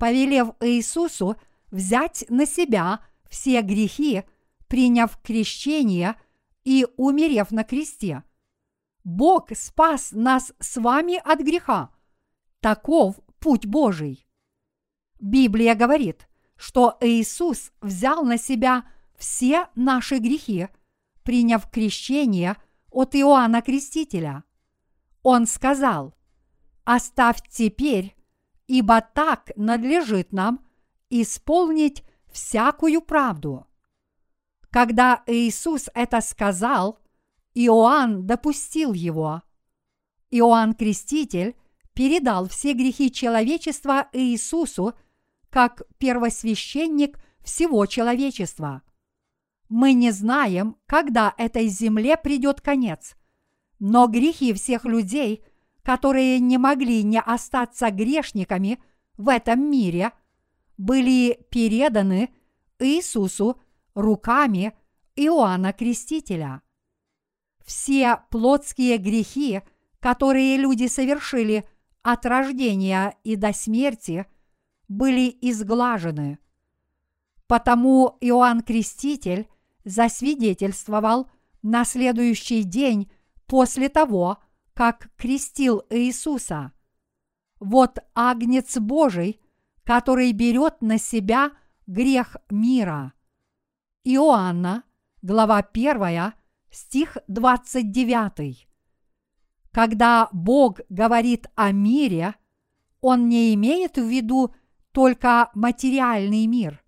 повелев Иисусу взять на себя все грехи, приняв крещение и умерев на кресте. Бог спас нас с вами от греха. Таков путь Божий. Библия говорит, что Иисус взял на себя все наши грехи, приняв крещение от Иоанна Крестителя. Он сказал: «Оставь теперь, ибо так надлежит нам исполнить всякую правду». Когда Иисус это сказал, Иоанн допустил его. Иоанн Креститель передал все грехи человечества Иисусу как первосвященник всего человечества. Мы не знаем, когда этой земле придет конец, но грехи всех людей, которые не могли не остаться грешниками в этом мире, были переданы Иисусу руками Иоанна Крестителя. Все плотские грехи, которые люди совершили от рождения и до смерти, были изглажены. Потому Иоанн Креститель засвидетельствовал на следующий день после того, как крестил Иисуса: «Вот Агнец Божий, который берет на себя грех мира». Иоанна, глава первая, стих двадцать девятый. Когда Бог говорит о мире, Он не имеет в виду только материальный мир.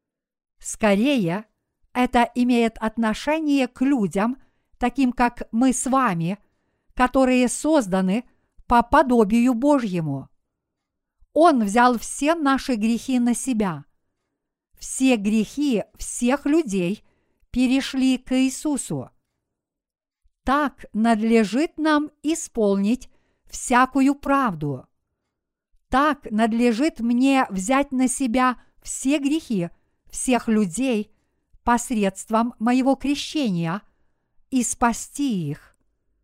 Скорее, это имеет отношение к людям, таким как мы с вами, которые созданы по подобию Божьему. Он взял все наши грехи на себя. Все грехи всех людей перешли к Иисусу. Так надлежит нам исполнить всякую правду. Так надлежит мне взять на себя все грехи всех людей посредством моего крещения и спасти их.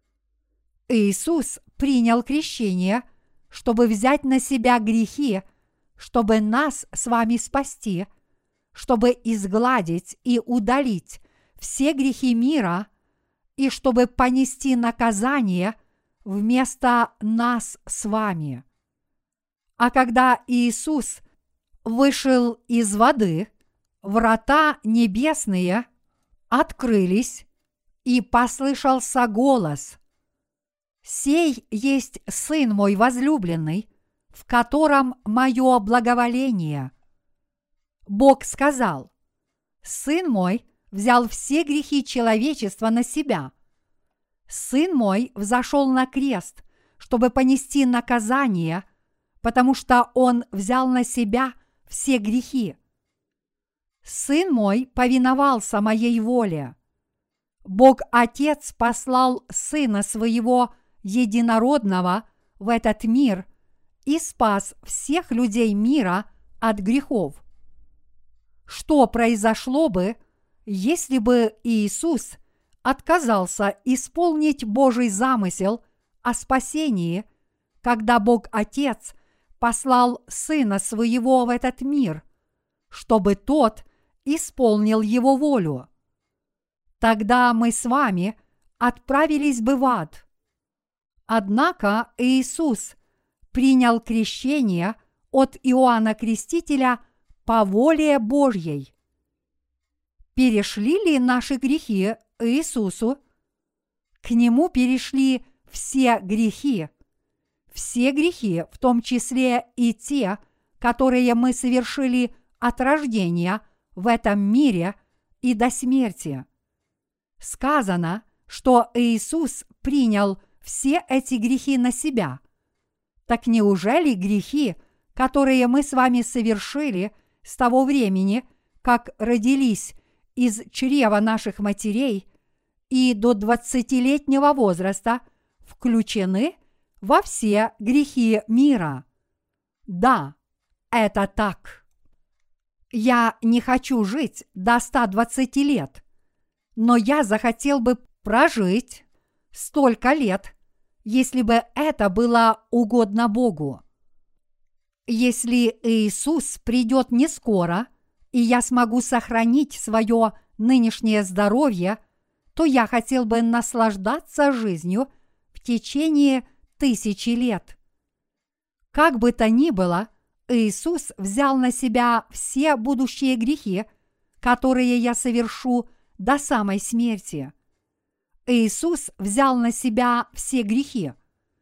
Иисус принял крещение, чтобы взять на себя грехи, чтобы нас с вами спасти, чтобы изгладить и удалить все грехи мира и чтобы понести наказание вместо нас с вами. А когда Иисус вышел из воды, врата небесные открылись, и послышался голос: «Сей есть Сын мой возлюбленный, в котором мое благоволение». Бог сказал: «Сын мой взял все грехи человечества на себя. Сын мой взошел на крест, чтобы понести наказание, потому что Он взял на себя все грехи. Сын мой повиновался моей воле. Бог Отец послал Сына Своего Единородного в этот мир и спас всех людей мира от грехов. Что произошло бы, если бы Иисус отказался исполнить Божий замысел о спасении, когда Бог Отец послал Сына Своего в этот мир, чтобы Тот исполнил Его волю? Тогда мы с вами отправились бы в ад. Однако Иисус принял крещение от Иоанна Крестителя по воле Божьей. Перешли ли наши грехи Иисусу? К Нему перешли все грехи. Все грехи, в том числе и те, которые мы совершили от рождения в этом мире и до смерти. Сказано, что Иисус принял все эти грехи на себя. Так неужели грехи, которые мы с вами совершили с того времени, как родились из чрева наших матерей и до двадцатилетнего возраста, включены во все грехи мира? Да, это так. Я не хочу жить до ста двадцати лет, но я захотел бы прожить столько лет, если бы это было угодно Богу. Если Иисус придет не скоро, и я смогу сохранить свое нынешнее здоровье, то я хотел бы наслаждаться жизнью в течение тысячи лет. Как бы то ни было, Иисус взял на себя все будущие грехи, которые я совершу до самой смерти. Иисус взял на себя все грехи.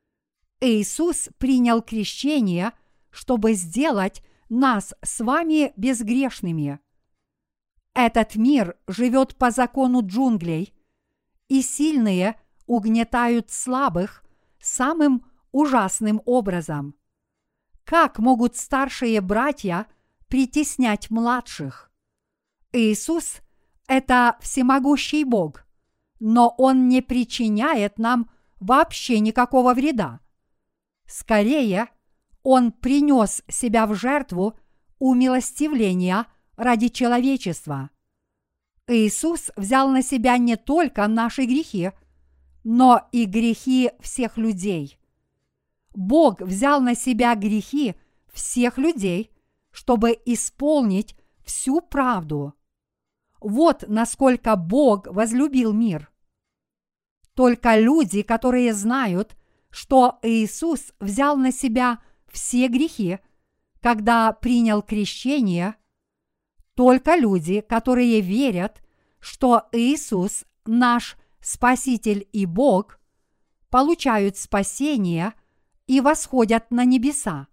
Иисус принял крещение, чтобы сделать нас с вами безгрешными. Этот мир живет по закону джунглей, и сильные угнетают слабых самым ужасным образом. Как могут старшие братья притеснять младших? Иисус – это всемогущий Бог, но Он не причиняет нам вообще никакого вреда. Скорее, Он принес себя в жертву умилостивления ради человечества. Иисус взял на себя не только наши грехи, но и грехи всех людей. Бог взял на себя грехи всех людей, чтобы исполнить всю правду. Вот насколько Бог возлюбил мир. Только люди, которые знают, что Иисус взял на себя все грехи, когда принял крещение, только люди, которые верят, что Иисус наш Спаситель и Бог, получают спасение и восходят на небеса.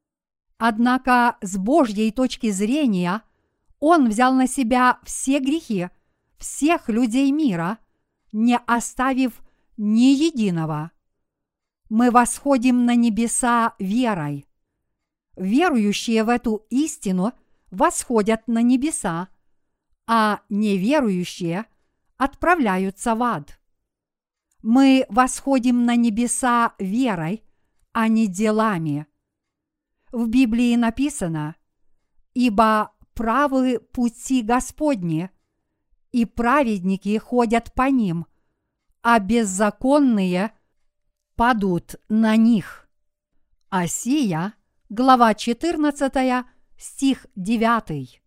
Однако с Божьей точки зрения Он взял на себя все грехи всех людей мира, не оставив ни единого. Мы восходим на небеса верой. Верующие в эту истину восходят на небеса, а неверующие отправляются в ад. Мы восходим на небеса верой, а не делами. В Библии написано: «Ибо правы пути Господни, и праведники ходят по ним, а беззаконные падут на них». Осия, глава четырнадцатая, стих девятый.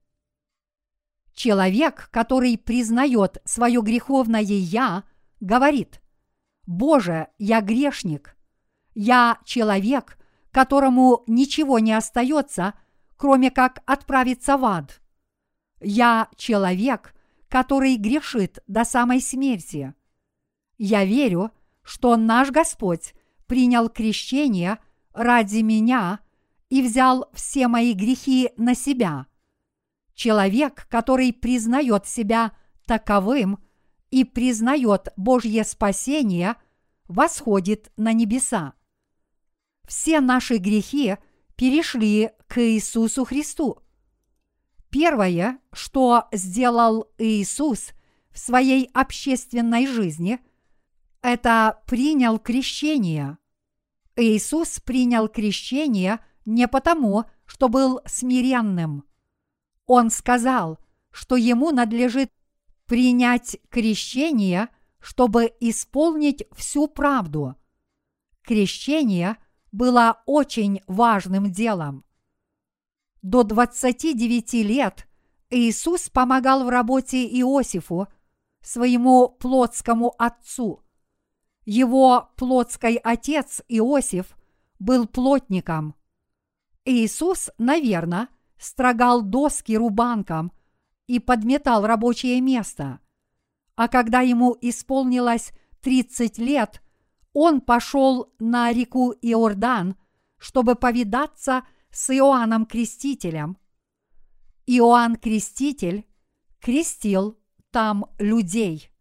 Человек, который признает свое греховное «я», говорит: «Боже, я грешник, я человек, которому ничего не остается, кроме как отправиться в ад. Я человек, который грешит до самой смерти. Я верю, что наш Господь принял крещение ради меня и взял все мои грехи на себя. Человек, который признает себя таковым и признает Божье спасение, восходит на небеса. Все наши грехи перешли к Иисусу Христу. Первое, что сделал Иисус в своей общественной жизни, это принял крещение. Иисус принял крещение не потому, что был смиренным. Он сказал, что ему надлежит принять крещение, чтобы исполнить всю правду. Крещение было очень важным делом. До двадцати девяти лет Иисус помогал в работе Иосифу, своему плотскому отцу. Его плотский отец Иосиф был плотником. Иисус, наверное, строгал доски рубанком и подметал рабочее место. А когда ему исполнилось тридцать лет, он пошел на реку Иордан, чтобы повидаться с Иоанном Крестителем. Иоанн Креститель крестил там людей.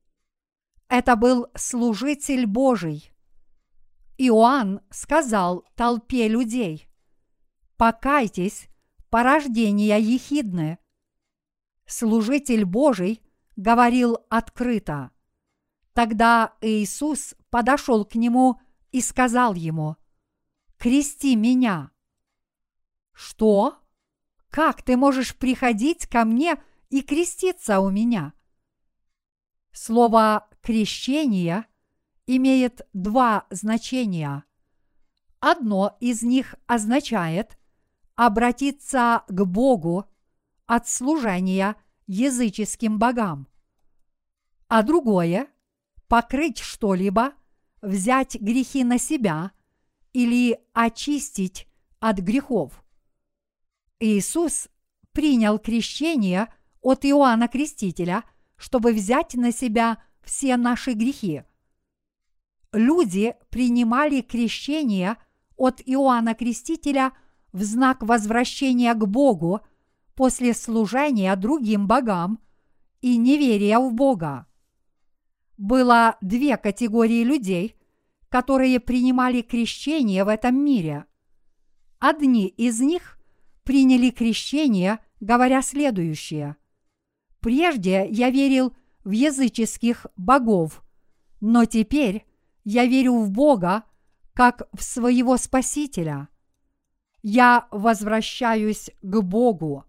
Это был служитель Божий. Иоанн сказал толпе людей: «Покайтесь, порождения ехидны». Служитель Божий говорил открыто. Тогда Иисус подошел к нему и сказал ему: «Крести меня». «Что? Как ты можешь приходить ко мне и креститься у меня?» Слово «крещение» имеет два значения. Одно из них означает обратиться к Богу от служения языческим богам, а другое – покрыть что-либо, взять грехи на себя или очистить от грехов. Иисус принял крещение от Иоанна Крестителя, чтобы взять на себя все наши грехи. Люди принимали крещение от Иоанна Крестителя в знак возвращения к Богу после служения другим богам и неверия в Бога. Было две категории людей, которые принимали крещение в этом мире. Одни из них приняли крещение, говоря следующее: «Прежде я верил в языческих богов, но теперь я верю в Бога как в своего Спасителя. Я возвращаюсь к Богу».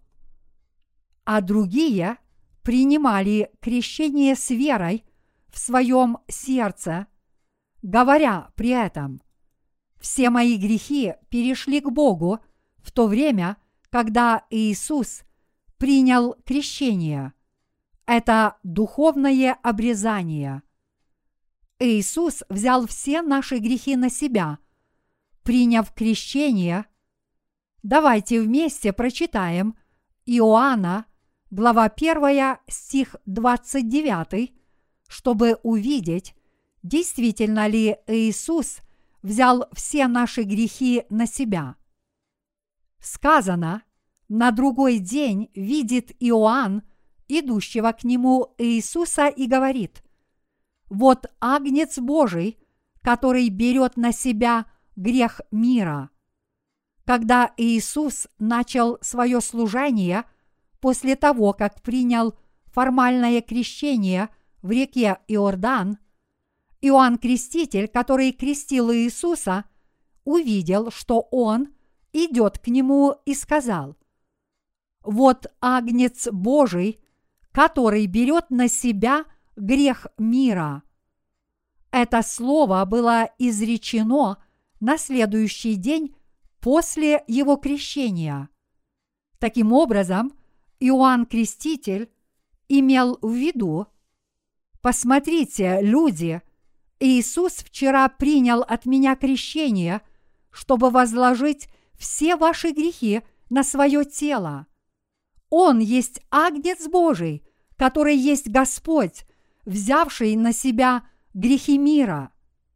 А другие принимали крещение с верой в своем сердце, говоря при этом: «Все мои грехи перешли к Богу в то время, когда Иисус принял крещение». Это духовное обрезание. Иисус взял все наши грехи на себя, приняв крещение. Давайте вместе прочитаем Иоанна, глава первая, стих двадцать девятый, чтобы увидеть, действительно ли Иисус взял все наши грехи на себя. Сказано: «На другой день видит Иоанн идущего к нему Иисуса и говорит: вот Агнец Божий, который берет на себя грех мира». Когда Иисус начал свое служение после того, как принял формальное крещение в реке Иордан, Иоанн Креститель, который крестил Иисуса, увидел, что он идет к нему, и сказал: «Вот Агнец Божий, который берет на себя грех мира». Это слово было изречено на следующий день после его крещения. Таким образом, Иоанн Креститель имел в виду: «Посмотрите, люди, Иисус вчера принял от меня крещение, чтобы возложить все ваши грехи на свое тело. Он есть Агнец Божий, который есть Господь, взявший на себя грехи мира».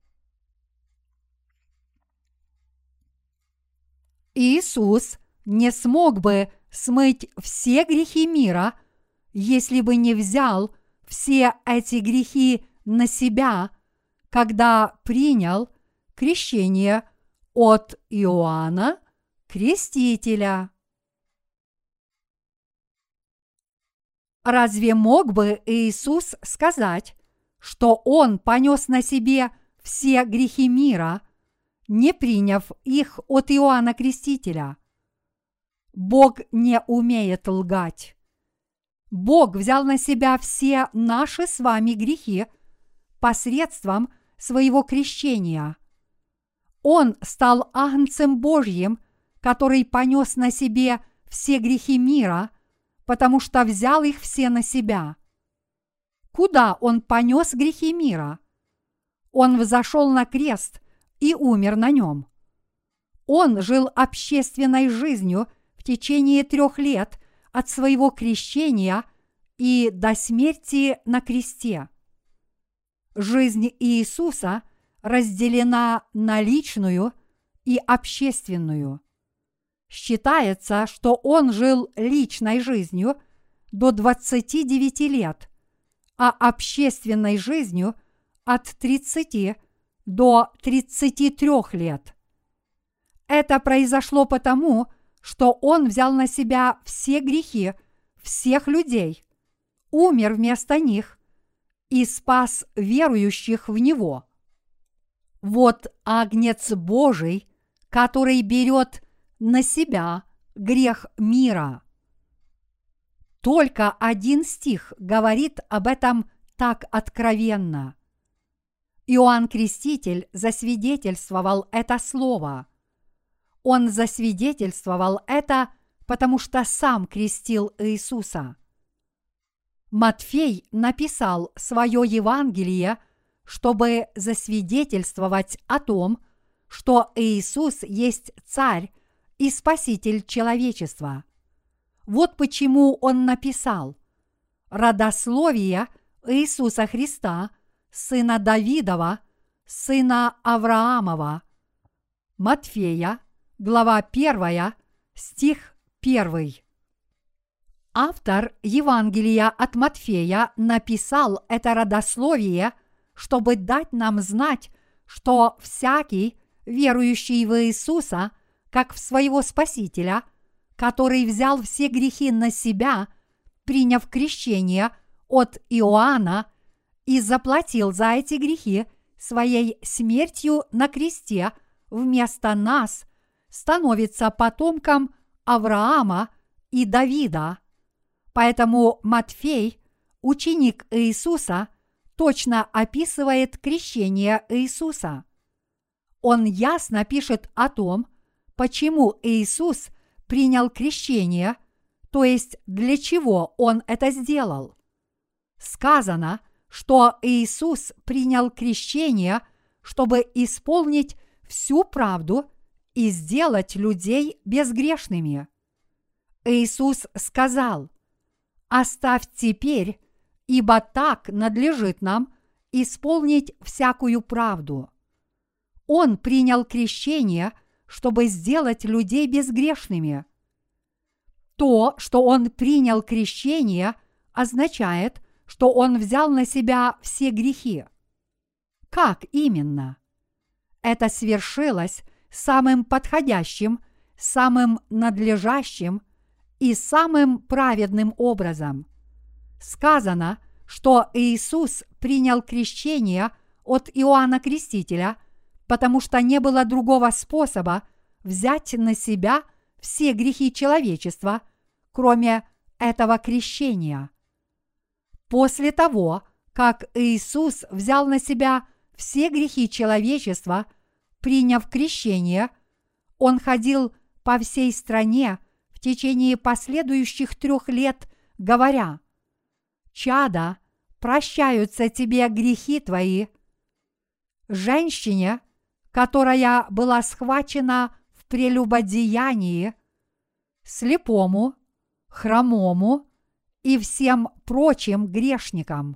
Иисус не смог бы смыть все грехи мира, если бы не взял все эти грехи на себя, когда принял крещение от Иоанна Крестителя. Разве мог бы Иисус сказать, что Он понес на себе все грехи мира, не приняв их от Иоанна Крестителя? Бог не умеет лгать. Бог взял на себя все наши с вами грехи посредством своего крещения. Он стал Агнцем Божьим, который понес на себе все грехи мира, потому что взял их все на себя. Куда Он понес грехи мира? Он взошел на крест и умер на нем. Он жил общественной жизнью в течение трех лет от своего крещения и до смерти на кресте. Жизнь Иисуса разделена на личную и общественную. Считается, что Он жил личной жизнью до двадцати девяти лет, а общественной жизнью от тридцати до тридцати трёх лет. Это произошло потому, что Он взял на себя все грехи всех людей, умер вместо них и спас верующих в Него. Вот Агнец Божий, который берет на себя грех мира. Только один стих говорит об этом так откровенно. Иоанн Креститель засвидетельствовал это слово. Он засвидетельствовал это, потому что сам крестил Иисуса. Матфей написал свое Евангелие, чтобы засвидетельствовать о том, что Иисус есть Царь и Спаситель человечества. Вот почему он написал: «Родословие Иисуса Христа, сына Давидова, сына Авраамова». Матфея, глава первая, стих первый. Автор Евангелия от Матфея написал это родословие, чтобы дать нам знать, что всякий, верующий в Иисуса, как в своего Спасителя, который взял все грехи на себя, приняв крещение от Иоанна и заплатил за эти грехи своей смертью на кресте вместо нас, становится потомком Авраама и Давида. Поэтому Матфей, ученик Иисуса, точно описывает крещение Иисуса. Он ясно пишет о том, почему Иисус принял крещение, то есть для чего Он это сделал. Сказано, что Иисус принял крещение, чтобы исполнить всю правду и сделать людей безгрешными. Иисус сказал: «Оставь теперь, ибо так надлежит нам исполнить всякую правду». Он принял крещение, чтобы сделать людей безгрешными. То, что Он принял крещение, означает, что Он взял на себя все грехи. Как именно? Это свершилось самым подходящим, самым надлежащим и самым праведным образом. Сказано, что Иисус принял крещение от Иоанна Крестителя, потому что не было другого способа взять на себя все грехи человечества, кроме этого крещения. После того, как Иисус взял на себя все грехи человечества, приняв крещение, Он ходил по всей стране в течение последующих трех лет, говоря: «Чадо, прощаются тебе грехи твои». Женщине, которая была схвачена в прелюбодеянии, слепому, хромому и всем прочим грешникам.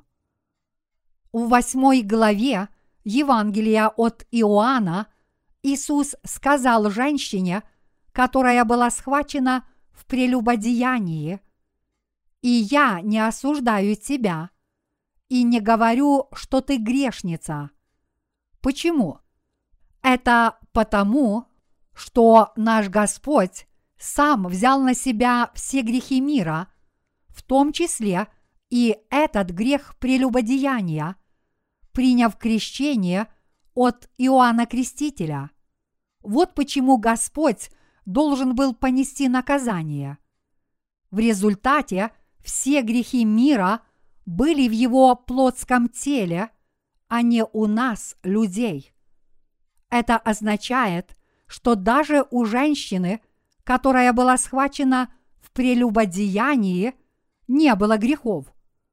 В восьмой главе Евангелия от Иоанна Иисус сказал женщине, которая была схвачена в прелюбодеянии: «И я не осуждаю тебя, и не говорю, что ты грешница». Почему? Это потому, что наш Господь сам взял на себя все грехи мира, в том числе и этот грех прелюбодеяния, приняв крещение от Иоанна Крестителя. Вот почему Господь должен был понести наказание. В результате все грехи мира были в Его плотском теле, а не у нас, людей. Это означает, что даже у женщины, которая была схвачена в прелюбодеянии, не было грехов.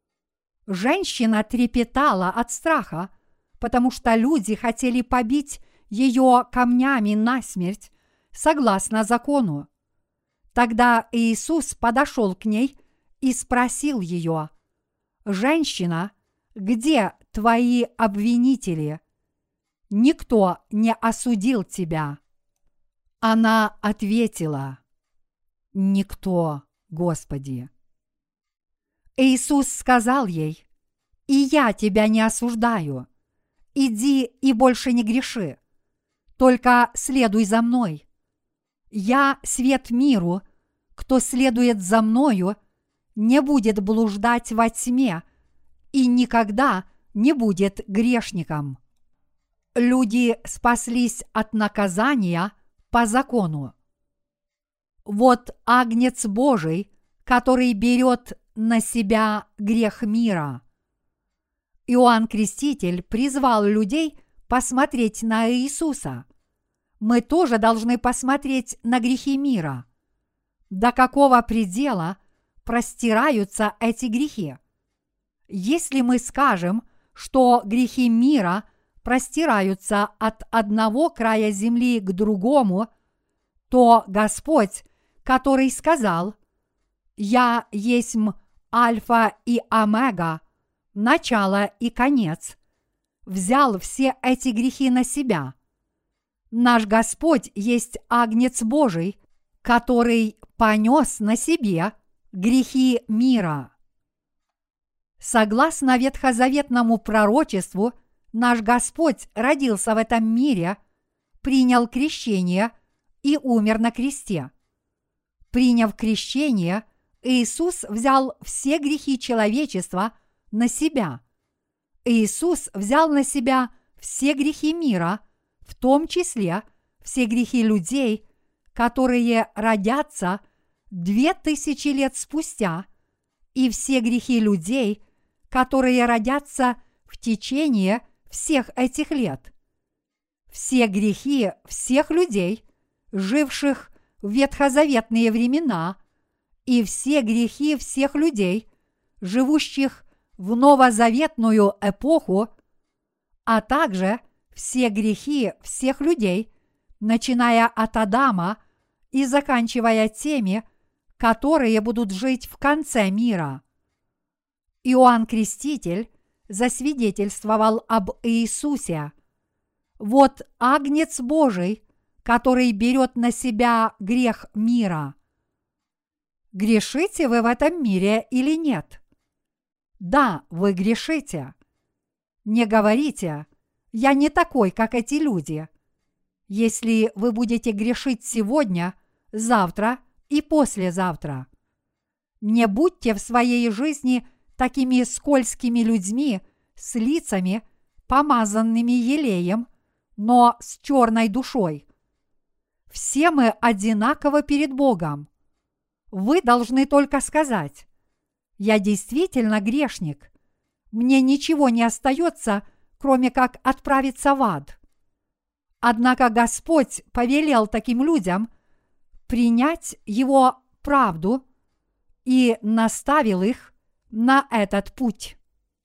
Женщина трепетала от страха, потому что люди хотели побить ее камнями насмерть, согласно закону. Тогда Иисус подошел к ней и спросил ее: «Женщина, где твои обвинители? Никто не осудил тебя». Она ответила: «Никто, Господи». Иисус сказал ей: «И я тебя не осуждаю. Иди и больше не греши, только следуй за мной. Я свет миру, кто следует за мною, не будет блуждать во тьме и никогда не будет грешником». Люди спаслись от наказания по закону. Вот Агнец Божий, который берет на себя грех мира. Иоанн Креститель призвал людей посмотреть на Иисуса. мы тоже должны посмотреть на грехи мира. До какого предела простираются эти грехи? Если мы скажем, что грехи мира простираются от одного края земли к другому, то Господь, который сказал: «Я есмь Альфа и Омега, начало и конец», взял все эти грехи на себя. Наш Господь есть Агнец Божий, который понес на себе грехи мира. Согласно ветхозаветному пророчеству, наш Господь родился в этом мире, принял крещение и умер на кресте. Приняв крещение, Иисус взял все грехи человечества на себя. Иисус взял на себя все грехи мира, в том числе все грехи людей, которые родятся две тысячи лет спустя, и все грехи людей, которые родятся в течение всех этих лет. Все грехи всех людей, живших в ветхозаветные времена, и все грехи всех людей, живущих в новозаветную эпоху, а также все грехи всех людей, начиная от Адама и заканчивая теми, которые будут жить в конце мира. Иоанн Креститель засвидетельствовал об Иисусе: «Вот Агнец Божий, который берет на себя грех мира». Грешите вы в этом мире или нет? Да, вы грешите. Не говорите: «Я не такой, как эти люди». Если вы будете грешить сегодня, завтра и послезавтра. Не будьте в своей жизни такими скользкими людьми с лицами, помазанными елеем, но с черной душой. Все мы одинаковы перед Богом. Вы должны только сказать: «Я действительно грешник. Мне ничего не остается, кроме как отправиться в ад». Однако Господь повелел таким людям принять Его правду и наставил их на этот путь.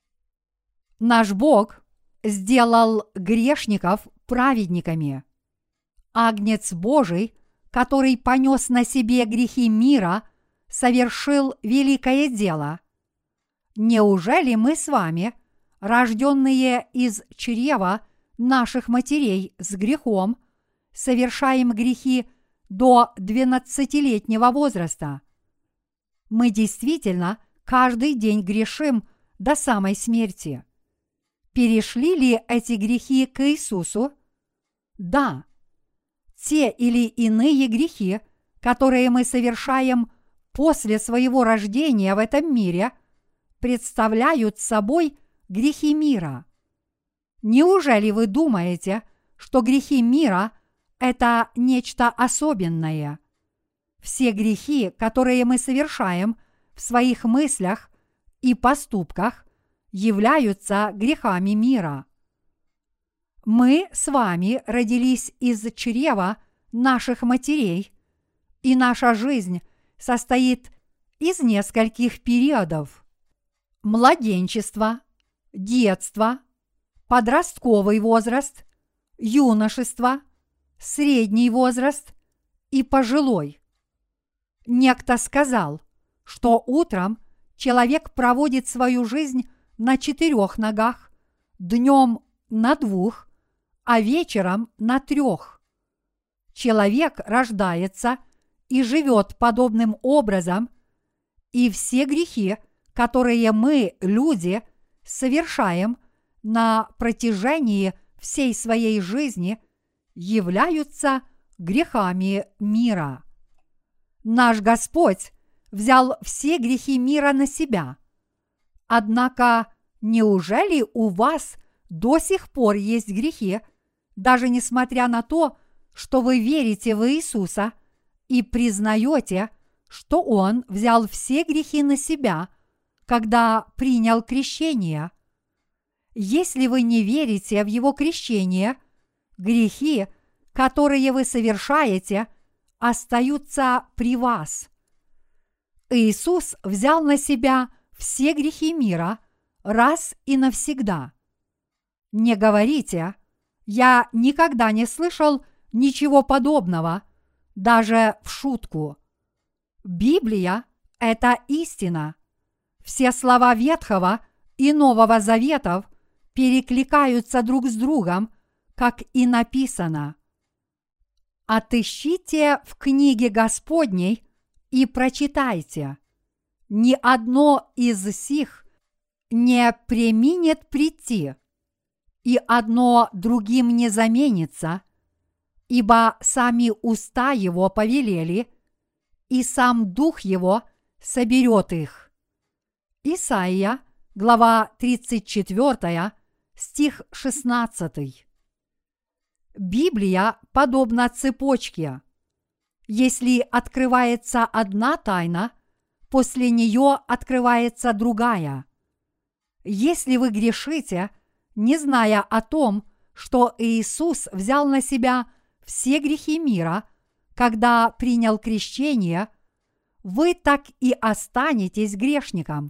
Наш Бог сделал грешников праведниками. Агнец Божий, который понес на себе грехи мира, совершил великое дело. Неужели мы с вами, рожденные из чрева наших матерей с грехом, совершаем грехи до двенадцатилетнего возраста? Мы действительно каждый день грешим до самой смерти. Перешли ли эти грехи к Иисусу? Да. Те или иные грехи, которые мы совершаем после своего рождения в этом мире, представляют собой грехи мира. Неужели вы думаете, что грехи мира – это нечто особенное? Все грехи, которые мы совершаем в своих мыслях и поступках, являются грехами мира. Мы с вами родились из чрева наших матерей, и наша жизнь состоит из нескольких периодов: младенчество, детство, подростковый возраст, юношество, средний возраст и пожилой. Некто сказал, что утром человек проводит свою жизнь на четырех ногах, днем на двух, а вечером на трех. Человек рождается и живет подобным образом, и все грехи, которые мы, люди, совершаем на протяжении всей своей жизни, являются грехами мира. Наш Господь взял все грехи мира на себя. Однако, неужели у вас до сих пор есть грехи, даже несмотря на то, что вы верите в Иисуса и признаете, что Он взял все грехи на себя, когда принял крещение? Если вы не верите в Его крещение, грехи, которые вы совершаете, остаются при вас. Иисус взял на себя все грехи мира раз и навсегда. Не говорите: «Я никогда не слышал ничего подобного», даже в шутку. Библия – это истина. Все слова Ветхого и Нового Заветов перекликаются друг с другом, как и написано: «Отыщите в книге Господней и прочитайте. Ни одно из сих не преминет прийти, и одно другим не заменится, ибо сами уста его повелели, и сам Дух его соберет их». Исайя, глава тридцать четыре, стих шестнадцатый. Библия подобна цепочке. Если открывается одна тайна, после нее открывается другая. Если вы грешите, не зная о том, что Иисус взял на себя все грехи мира, когда принял крещение, вы так и останетесь грешником.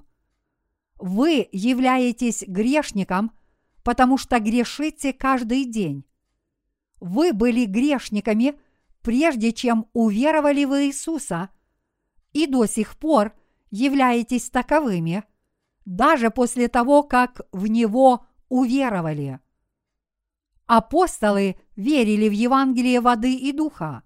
Вы являетесь грешником, потому что грешите каждый день. Вы были грешниками, прежде чем уверовали в Иисуса, и до сих пор являетесь таковыми, даже после того, как в Него уверовали. Апостолы верили в Евангелие воды и духа,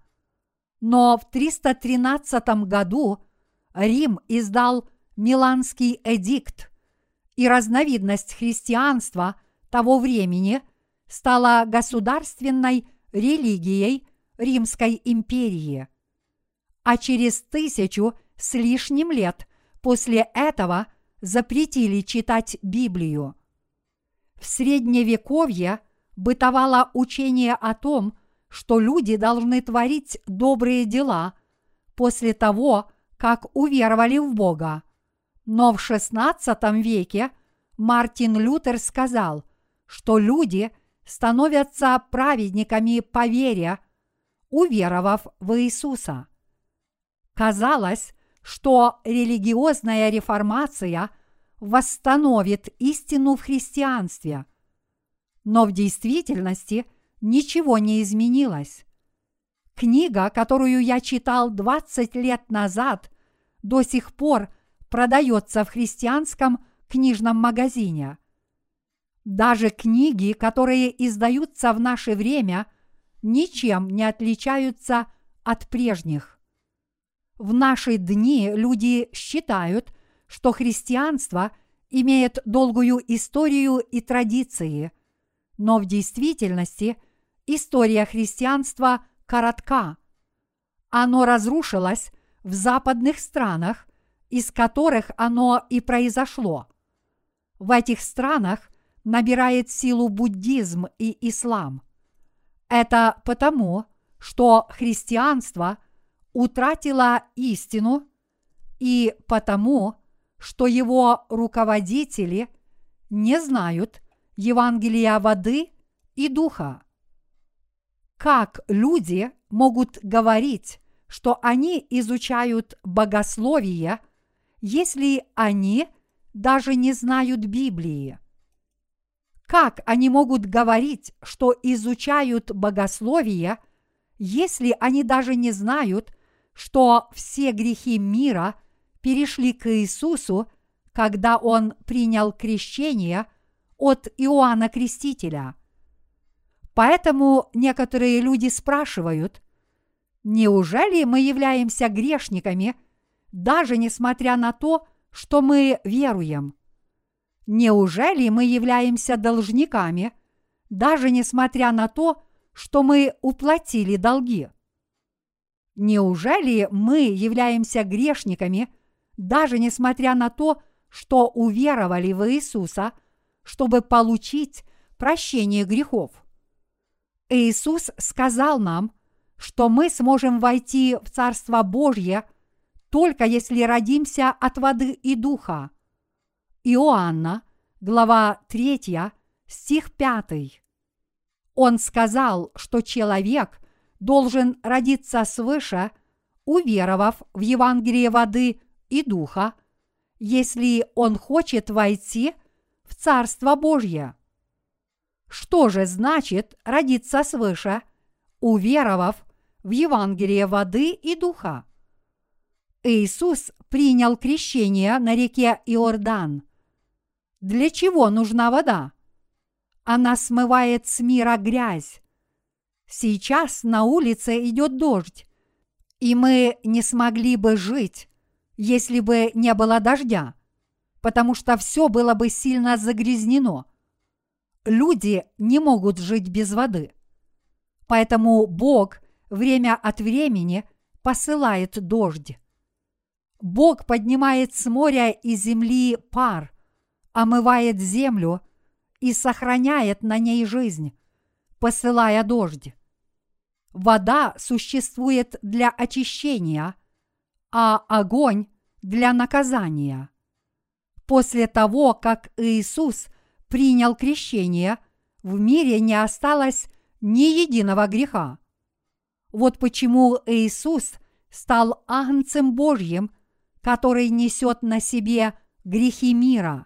но в триста тринадцатом году Рим издал Миланский эдикт, и разновидность христианства того времени стала государственной религией Римской империи. А через тысячу с лишним лет после этого запретили читать Библию. В Средневековье бытовало учение о том, что люди должны творить добрые дела после того, как уверовали в Бога. Но в шестнадцатом веке Мартин Лютер сказал, что люди становятся праведниками по вере, уверовав в Иисуса. Казалось, что религиозная реформация восстановит истину в христианстве. Но в действительности ничего не изменилось. Книга, которую я читал двадцать лет назад, до сих пор продается в христианском книжном магазине. Даже книги, которые издаются в наше время, ничем не отличаются от прежних. В наши дни люди считают, что христианство имеет долгую историю и традиции, но в действительности история христианства коротка. Оно разрушилось в западных странах, из которых оно и произошло. В этих странах набирает силу буддизм и ислам. Это потому, что христианство утратило истину, и потому, что его руководители не знают Евангелия воды и духа. Как люди могут говорить, что они изучают богословие, если они даже не знают Библии? Как они могут говорить, что изучают богословие, если они даже не знают, что все грехи мира перешли к Иисусу, когда Он принял крещение от Иоанна Крестителя? Поэтому некоторые люди спрашивают: неужели мы являемся грешниками, даже несмотря на то, что мы веруем? Неужели мы являемся должниками, даже несмотря на то, что мы уплатили долги? Неужели мы являемся грешниками, даже несмотря на то, что уверовали в Иисуса, чтобы получить прощение грехов? Иисус сказал нам, что мы сможем войти в Царство Божье только если родимся от воды и духа. Иоанна, глава третья, стих пятый. Он сказал, что человек, должен родиться свыше, уверовав в Евангелие воды и духа, если он хочет войти в Царство Божье. Что же значит родиться свыше, уверовав в Евангелие воды и духа? Иисус принял крещение на реке Иордан. Для чего нужна вода? Она смывает с мира грязь. Сейчас на улице идет дождь, и мы не смогли бы жить, если бы не было дождя, потому что все было бы сильно загрязнено. Люди не могут жить без воды. Поэтому Бог время от времени посылает дождь. Бог поднимает с моря и земли пар, омывает землю и сохраняет на ней жизнь, посылая дождь. Вода существует для очищения, а огонь для наказания. После того, как Иисус принял крещение, в мире не осталось ни единого греха. Вот почему Иисус стал Агнцем Божьим, который несет на себе грехи мира.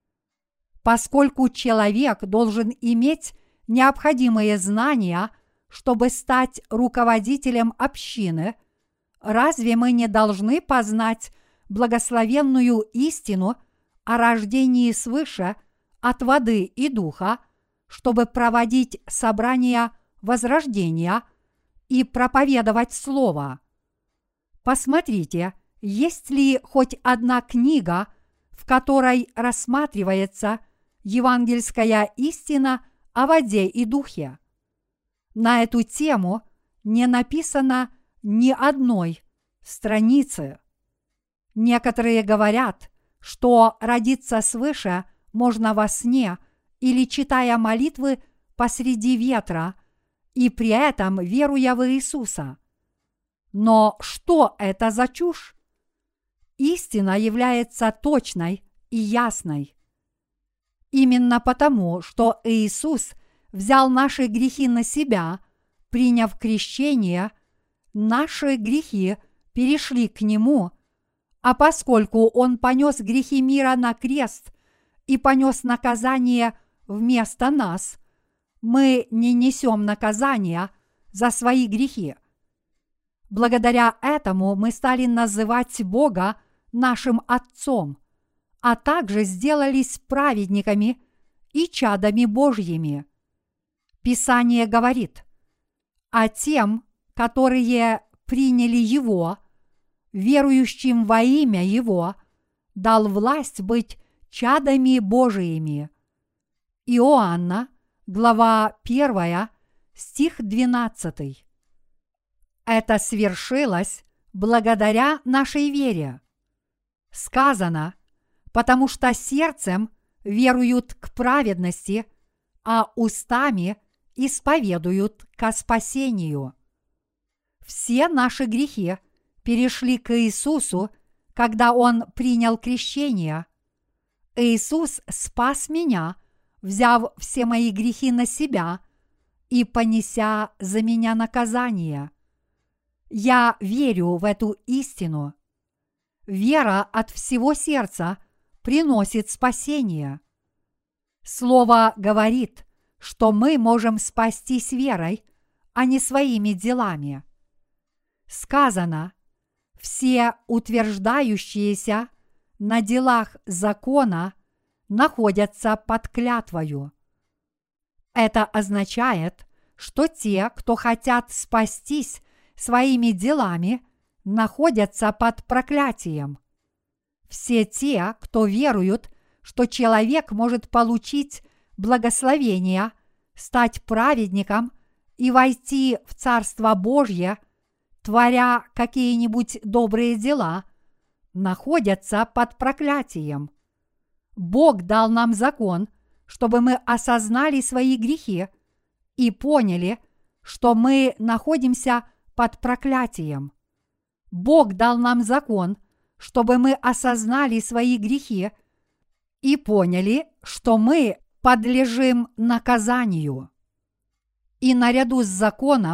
Поскольку человек должен иметь необходимые знания, чтобы стать руководителем общины, разве мы не должны познать благословенную истину о рождении свыше от воды и духа, чтобы проводить собрания возрождения и проповедовать Слово? Посмотрите, есть ли хоть одна книга, в которой рассматривается евангельская истина о воде и духе. На эту тему не написано ни одной страницы. Некоторые говорят, что родиться свыше можно во сне или читая молитвы посреди ветра, и при этом веруя в Иисуса. Но что это за чушь? Истина является точной и ясной. Именно потому, что Иисус взял наши грехи на себя, приняв крещение, наши грехи перешли к Нему, а поскольку Он понес грехи мира на крест и понес наказание вместо нас, мы не несем наказания за свои грехи. Благодаря этому мы стали называть Бога нашим Отцом, а также сделались праведниками и чадами Божьими. Писание говорит: «А тем, которые приняли Его, верующим во имя Его, дал власть быть чадами Божиими». Иоанна, глава первая, стих двенадцатый. Это свершилось благодаря нашей вере. Сказано: потому что сердцем веруют к праведности, а устами исповедуют ко спасению. Все наши грехи перешли к Иисусу, когда Он принял крещение. Иисус спас меня, взяв все мои грехи на себя и понеся за меня наказание. Я верю в эту истину. Вера от всего сердца приносит спасение. Слово говорит, что мы можем спастись верой, а не своими делами. Сказано: все утверждающиеся на делах закона находятся под клятвою. Это означает, что те, кто хотят спастись своими делами, находятся под проклятием. Все те, кто веруют, что человек может получить благословение, стать праведником и войти в Царство Божье, творя какие-нибудь добрые дела, находятся под проклятием. Бог дал нам закон, чтобы мы осознали свои грехи и поняли, что мы находимся под проклятием. Бог дал нам закон, чтобы мы осознали свои грехи и поняли, что мы подлежим наказанию. И наряду с законом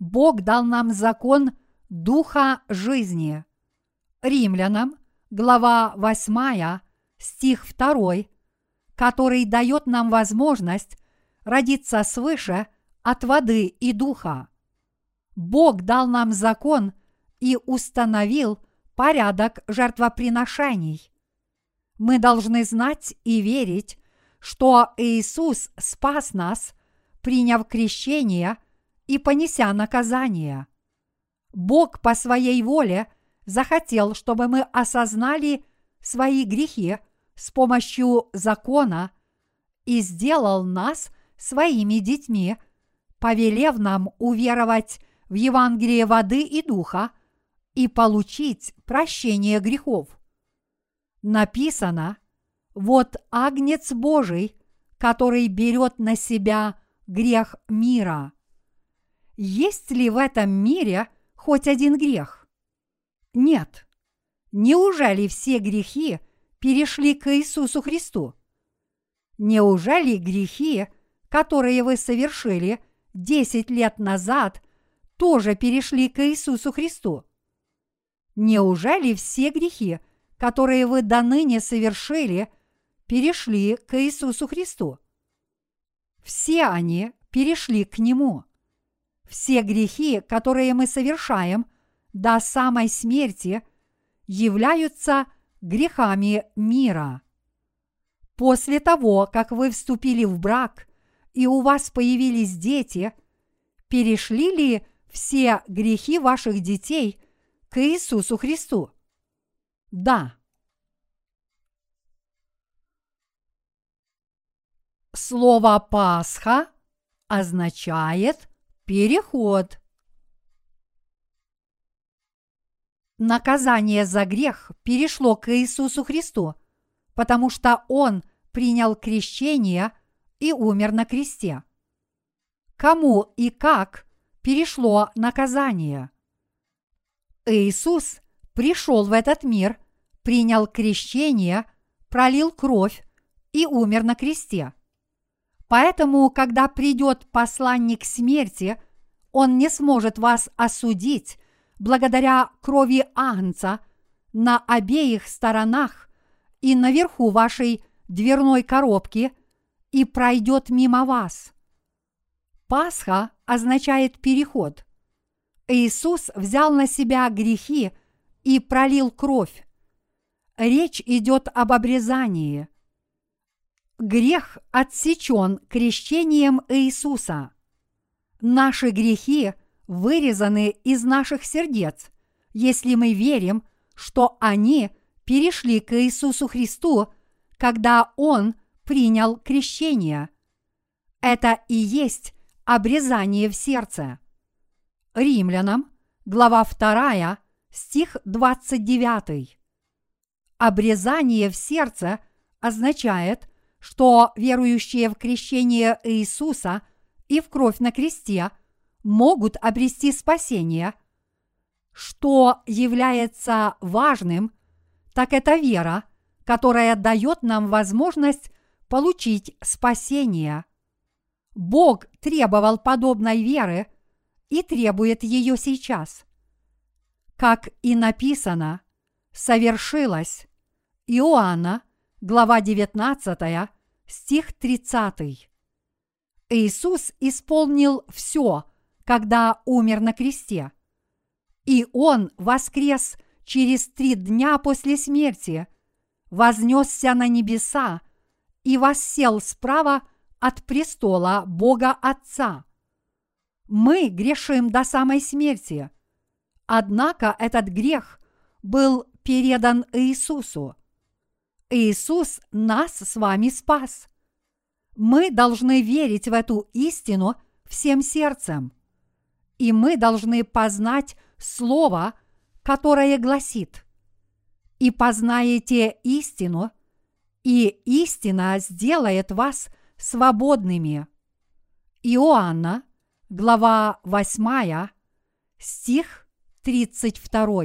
Бог дал нам закон Духа жизни. Римлянам, глава восьмая, стих второй, который дает нам возможность родиться свыше от воды и духа. Бог дал нам закон и установил порядок жертвоприношений. Мы должны знать и верить, что Иисус спас нас, приняв крещение и понеся наказание. Бог по своей воле захотел, чтобы мы осознали свои грехи с помощью закона и сделал нас своими детьми, повелев нам уверовать в Евангелие воды и духа и получить прощение грехов. Написано: «Вот Агнец Божий, который берет на себя грех мира». Есть ли в этом мире хоть один грех? Нет. Неужели все грехи перешли к Иисусу Христу? Неужели грехи, которые вы совершили десять лет назад, тоже перешли к Иисусу Христу? Неужели все грехи, которые вы доныне совершили, перешли к Иисусу Христу? Все они перешли к Нему. Все грехи, которые мы совершаем до самой смерти, являются грехами мира. После того, как вы вступили в брак и у вас появились дети, перешли ли все грехи ваших детей к Иисусу Христу? Да. Слово «Пасха» означает переход. Наказание за грех перешло к Иисусу Христу, потому что Он принял крещение и умер на кресте. Кому и как перешло наказание? Иисус пришел в этот мир, принял крещение, пролил кровь и умер на кресте. Поэтому, когда придет посланник смерти, он не сможет вас осудить благодаря крови Агнца на обеих сторонах и наверху вашей дверной коробки и пройдет мимо вас. Пасха означает переход. Иисус взял на себя грехи и пролил кровь. Речь идет об обрезании. Грех отсечен крещением Иисуса. Наши грехи вырезаны из наших сердец, если мы верим, что они перешли к Иисусу Христу, когда Он принял крещение. Это и есть обрезание в сердце. Римлянам, глава вторая, стих двадцать девятый. Обрезание в сердце означает, что верующие в крещение Иисуса и в кровь на кресте могут обрести спасение. Что является важным, так это вера, которая дает нам возможность получить спасение. Бог требовал подобной веры и требует ее сейчас. Как и написано, совершилось. Иоанна, глава девятнадцатая, стих тридцатый. Иисус исполнил все, когда умер на кресте. И Он воскрес через три дня после смерти, вознесся на небеса и воссел справа от престола Бога Отца. Мы грешим до самой смерти, однако этот грех был передан Иисусу. Иисус нас с вами спас. Мы должны верить в эту истину всем сердцем. И мы должны познать Слово, которое гласит: «И познаете истину, и истина сделает вас свободными». Иоанна, глава восьмая, стих тридцать два.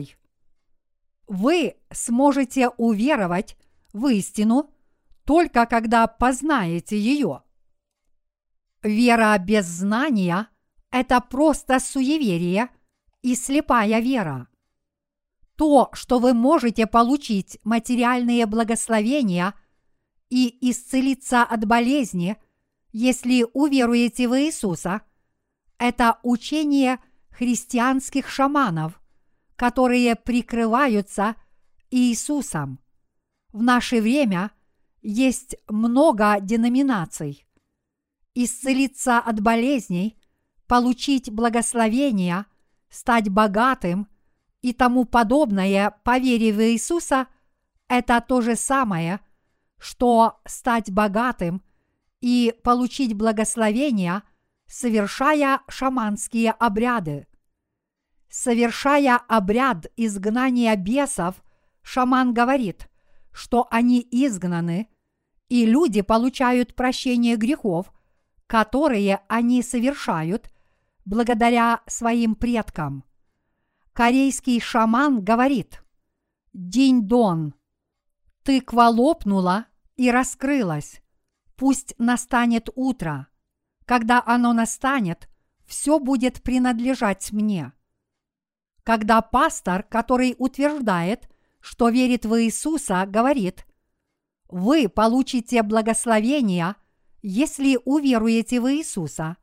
Вы сможете уверовать в истину только когда познаете ее. Вера без знания – это просто суеверие и слепая вера. То, что вы можете получить материальные благословения и исцелиться от болезни, если уверуете в Иисуса, это учение христианских шаманов, которые прикрываются Иисусом. В наше время есть много деноминаций. Исцелиться от болезней, получить благословения, стать богатым и тому подобное по вере в Иисуса – это то же самое, что стать богатым и получить благословения, совершая шаманские обряды. Совершая обряд изгнания бесов, шаман говорит, что они изгнаны, и люди получают прощение грехов, которые они совершают благодаря своим предкам. Корейский шаман говорит: «Динь-дон, тыква лопнула и раскрылась. Пусть настанет утро. Когда оно настанет, все будет принадлежать мне». Когда пастор, который утверждает, что верит в Иисуса, говорит: «Вы получите благословение, если уверуете в Иисуса»,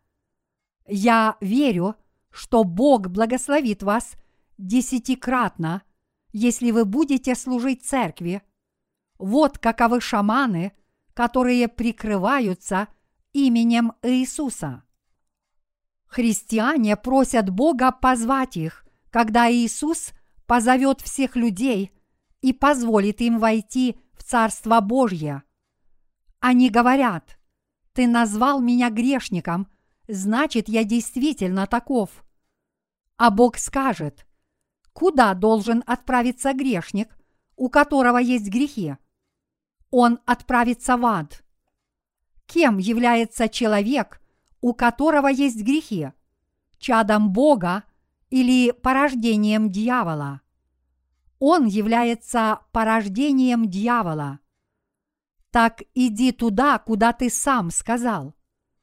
я верю, что Бог благословит вас десятикратно, если вы будете служить церкви. Вот каковы шаманы, которые прикрываются именем Иисуса. Христиане просят Бога позвать их, когда Иисус позовет всех людей и позволит им войти в Царство Божье. Они говорят: «Ты назвал меня грешником, значит, я действительно таков». А Бог скажет: куда должен отправиться грешник, у которого есть грехи? Он отправится в ад. Кем является человек, у которого есть грехи? Чадом Бога или порождением дьявола? Он является порождением дьявола. Так иди туда, куда ты сам сказал.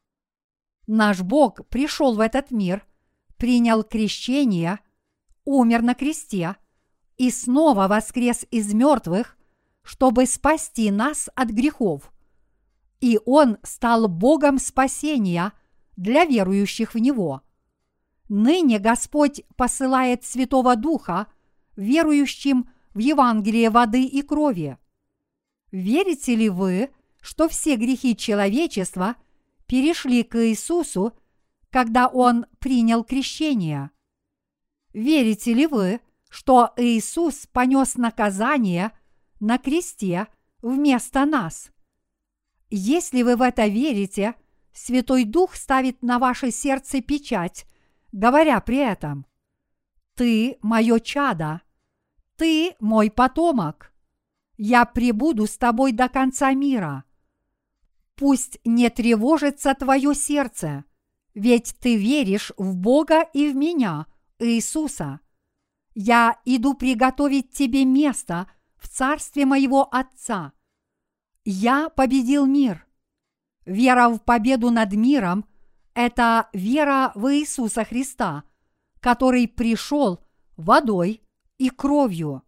Наш Бог пришел в этот мир, принял крещение, умер на кресте и снова воскрес из мертвых, чтобы спасти нас от грехов. И Он стал Богом спасения для верующих в Него. Ныне Господь посылает Святого Духа верующим в Евангелие воды и крови. Верите ли вы, что все грехи человечества перешли к Иисусу, когда Он принял крещение? Верите ли вы, что Иисус понес наказание на кресте вместо нас? Если вы в это верите, Святой Дух ставит на ваше сердце печать, говоря при этом: «Ты мое чадо, ты мой потомок, я пребуду с тобой до конца мира». Пусть не тревожится твое сердце, ведь ты веришь в Бога и в меня, Иисуса. Я иду приготовить тебе место в царстве моего Отца. Я победил мир. Вера в победу над миром – это вера в Иисуса Христа, который пришел водой и кровью.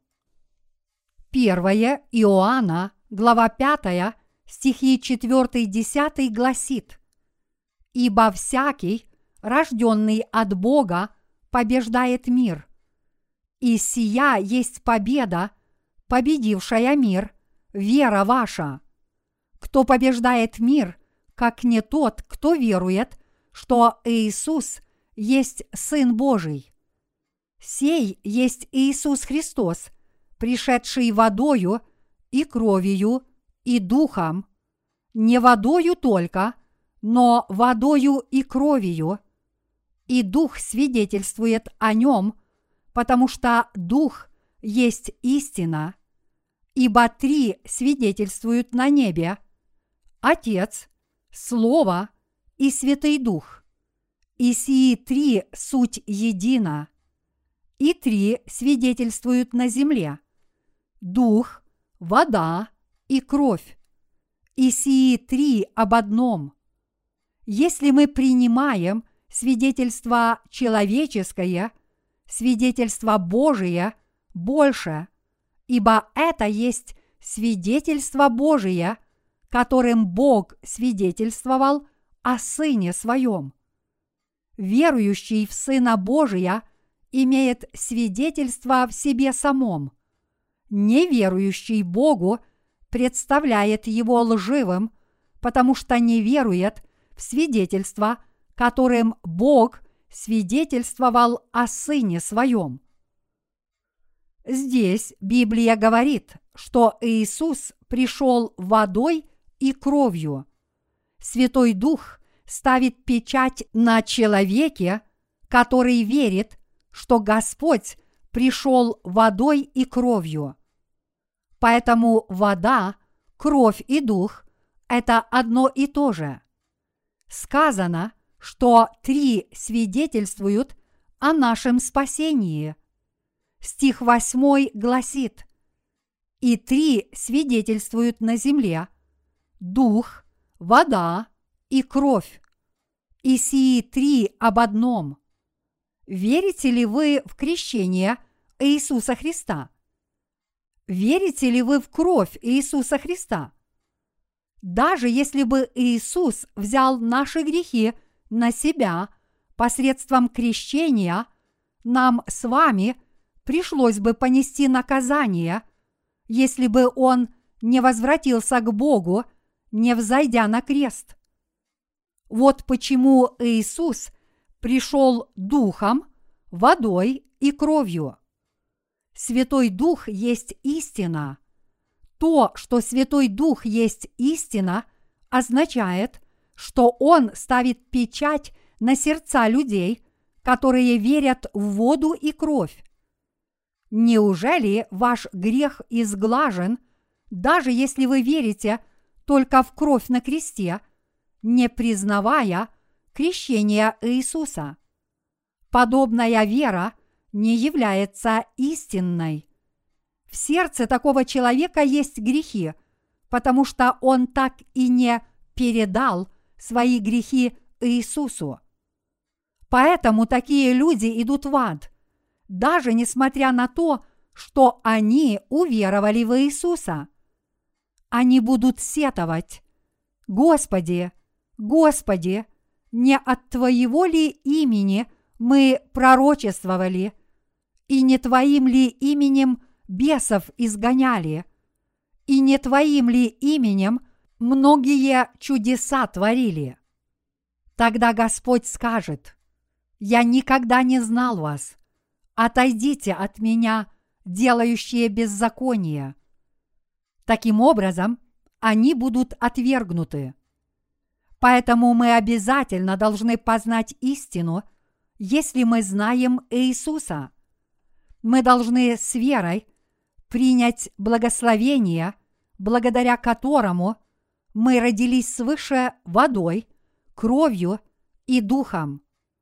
первое Иоанна, глава пятая, стихи четыре-десять гласит: «Ибо всякий, рожденный от Бога, побеждает мир. И сия есть победа, победившая мир, вера ваша. Кто побеждает мир, как не тот, кто верует, что Иисус есть Сын Божий? Сей есть Иисус Христос, пришедший водою и кровью и духом, не водою только, но водою и кровью, и Дух свидетельствует о нем, потому что Дух есть истина, ибо три свидетельствуют на небе: Отец, Слово и Святый Дух, и сии три суть едина, и три свидетельствуют на земле: Дух, вода и кровь, и сии три об одном. Если мы принимаем свидетельство человеческое, свидетельство Божие больше, ибо это есть свидетельство Божие, которым Бог свидетельствовал о Сыне Своем. Верующий в Сына Божия имеет свидетельство в себе самом. Неверующий Богу представляет Его лживым, потому что не верует в свидетельство, которым Бог свидетельствовал о Сыне Своем. Здесь Библия говорит, что Иисус пришел водой и кровью. Святой Дух ставит печать на человеке, который верит, что Господь пришел водой и кровью. Поэтому вода, кровь и дух – это одно и то же. Сказано, что три свидетельствуют о нашем спасении. Стих восьмой гласит: «И три свидетельствуют на земле – дух, вода и кровь, и сии три об одном». Верите ли вы в крещение Иисуса Христа? Верите ли вы в кровь Иисуса Христа? Даже если бы Иисус взял наши грехи на себя посредством крещения, нам с вами пришлось бы понести наказание, если бы Он не возвратился к Богу, не взойдя на крест. Вот почему Иисус пришел духом, водой и кровью. Святой Дух есть истина. То, что Святой Дух есть истина, означает, что Он ставит печать на сердца людей, которые верят в воду и кровь. Неужели ваш грех изглажен, даже если вы верите только в кровь на кресте, не признавая крещения Иисуса? Подобная вера не является истинной. В сердце такого человека есть грехи, потому что он так и не передал свои грехи Иисусу. Поэтому такие люди идут в ад, даже несмотря на то, что они уверовали в Иисуса. Они будут сетовать: «Господи, Господи, не от Твоего ли имени мы пророчествовали, и не Твоим ли именем бесов изгоняли, и не Твоим ли именем многие чудеса творили?» Тогда Господь скажет: «Я никогда не знал вас. Отойдите от меня, делающие беззаконие». Таким образом, они будут отвергнуты. Поэтому мы обязательно должны познать истину, если мы знаем Иисуса. Мы должны с верой принять благословение, благодаря которому мы родились свыше водой, кровью и духом.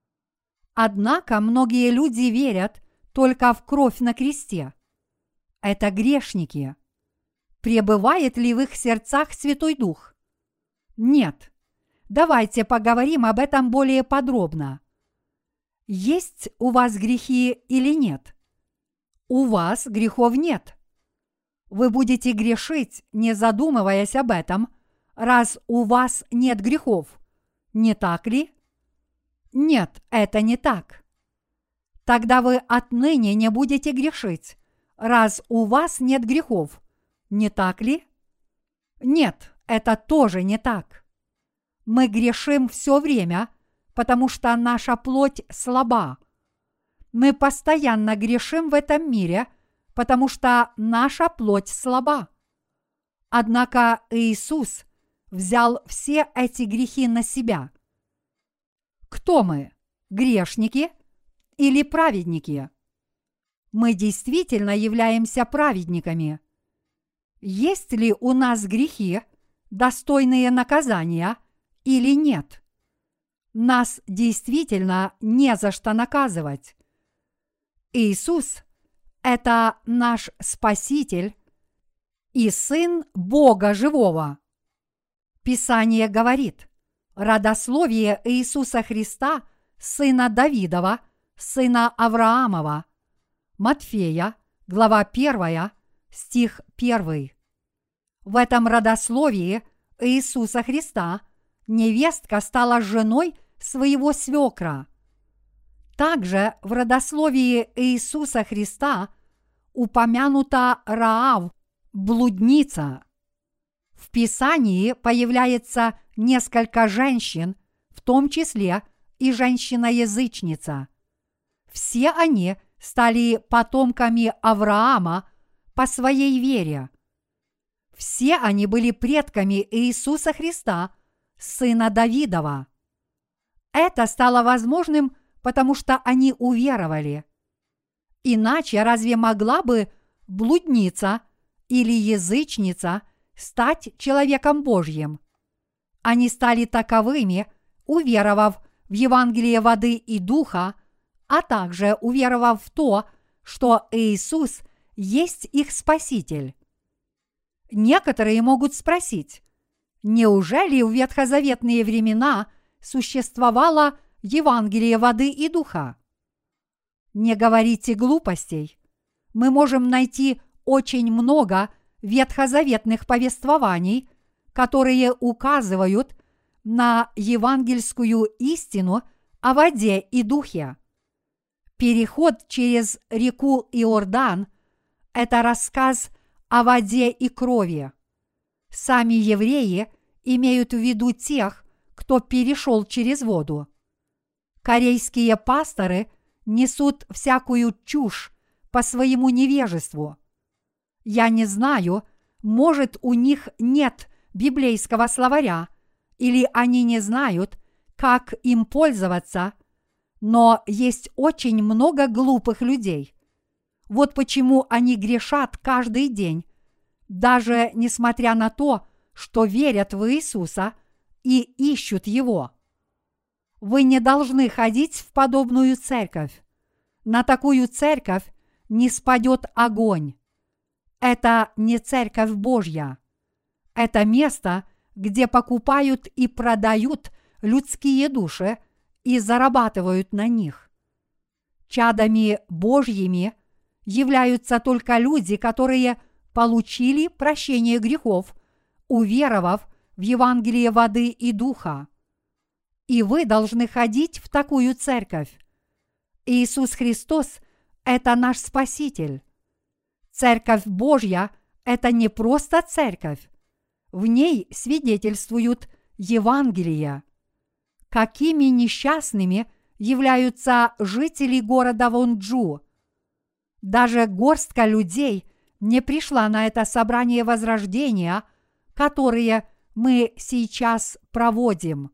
Однако многие люди верят только в кровь на кресте. Это грешники. Пребывает ли в их сердцах Святой Дух? Нет. Давайте поговорим об этом более подробно. Есть у вас грехи или нет? У вас грехов нет. Вы будете грешить, не задумываясь об этом, раз у вас нет грехов. Не так ли? Нет, это не так. Тогда вы отныне не будете грешить, раз у вас нет грехов. Не так ли? Нет, это тоже не так. Мы грешим все время, потому что наша плоть слаба. Мы постоянно грешим в этом мире, потому что наша плоть слаба. Однако Иисус взял все эти грехи на себя. Кто мы? Грешники или праведники? Мы действительно являемся праведниками. Есть ли у нас грехи, достойные наказания, или нет? Нас действительно не за что наказывать. Иисус – это наш Спаситель и Сын Бога Живого. Писание говорит: родословие Иисуса Христа сына Давидова, сына Авраамова. Матфея, глава первая, стих первый. В этом родословии Иисуса Христа невестка стала женой своего свекра. Также в родословии Иисуса Христа упомянута Раав, блудница. В Писании появляется несколько женщин, в том числе и женщина-язычница. Все они стали потомками Авраама по своей вере. Все они были предками Иисуса Христа, сына Давидова. Это стало возможным, потому что они уверовали. Иначе разве могла бы блудница или язычница стать человеком Божьим? Они стали таковыми, уверовав в Евангелие воды и духа, а также уверовав в то, что Иисус есть их Спаситель. Некоторые могут спросить, неужели в ветхозаветные времена существовало Евангелие воды и духа? Не говорите глупостей. Мы можем найти очень много ветхозаветных повествований, которые указывают на евангельскую истину о воде и духе. Переход через реку Иордан – это рассказ о воде и крови. Сами евреи имеют в виду тех, кто перешел через воду. Корейские пасторы несут всякую чушь по своему невежеству. Я не знаю, может, у них нет библейского словаря, или они не знают, как им пользоваться, но есть очень много глупых людей. Вот почему они грешат каждый день, даже несмотря на то, что верят в Иисуса и ищут Его. Вы не должны ходить в подобную церковь. На такую церковь не спадет огонь. Это не церковь Божья. Это место, где покупают и продают людские души и зарабатывают на них. Чадами Божьими являются только люди, которые получили прощение грехов, уверовав в Евангелие воды и духа. И вы должны ходить в такую церковь. Иисус Христос – это наш Спаситель. Церковь Божья – это не просто церковь. В ней свидетельствуют Евангелие. Какими несчастными являются жители города Вонджу. Даже горстка людей не пришла на это собрание возрождения, которое мы сейчас проводим.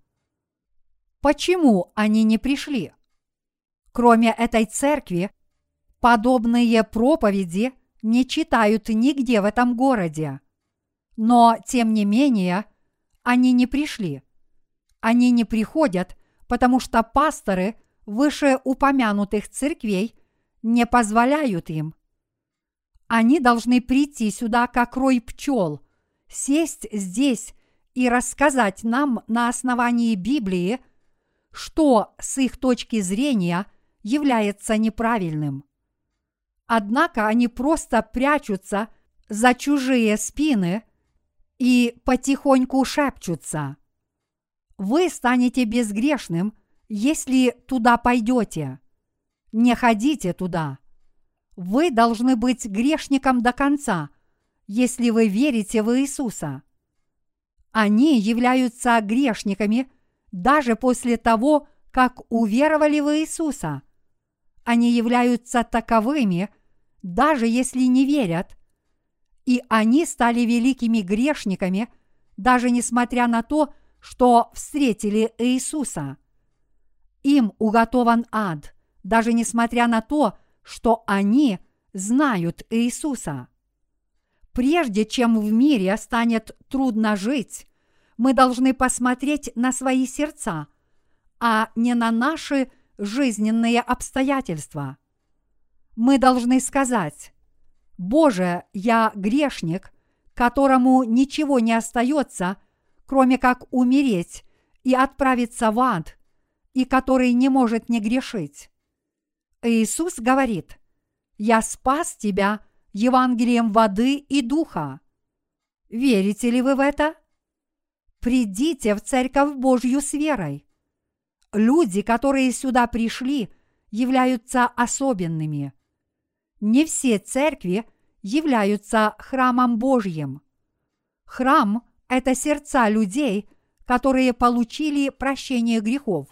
Почему они не пришли? Кроме этой церкви, подобные проповеди не читают нигде в этом городе. Но, тем не менее, они не пришли. Они не приходят, потому что пасторы вышеупомянутых церквей не позволяют им. Они должны прийти сюда, как рой пчел, сесть здесь и рассказать нам на основании Библии, что с их точки зрения является неправильным. Однако они просто прячутся за чужие спины и потихоньку шепчутся. Вы станете безгрешным, если туда пойдете. Не ходите туда. Вы должны быть грешником до конца, если вы верите в Иисуса. Они являются грешниками даже после того, как уверовали в Иисуса. Они являются таковыми, даже если не верят. И они стали великими грешниками, даже несмотря на то, что встретили Иисуса. Им уготован ад, даже несмотря на то, что они знают Иисуса. Прежде чем в мире станет трудно жить, мы должны посмотреть на свои сердца, а не на наши жизненные обстоятельства. Мы должны сказать: «Боже, я грешник, которому ничего не остается, кроме как умереть и отправиться в ад, и который не может не грешить. Иисус говорит: «Я спас тебя Евангелием воды и духа». Верите ли вы в это? Придите в Церковь Божью с верой. Люди, которые сюда пришли, являются особенными. Не все церкви являются храмом Божьим. Храм – это сердца людей, которые получили прощение грехов.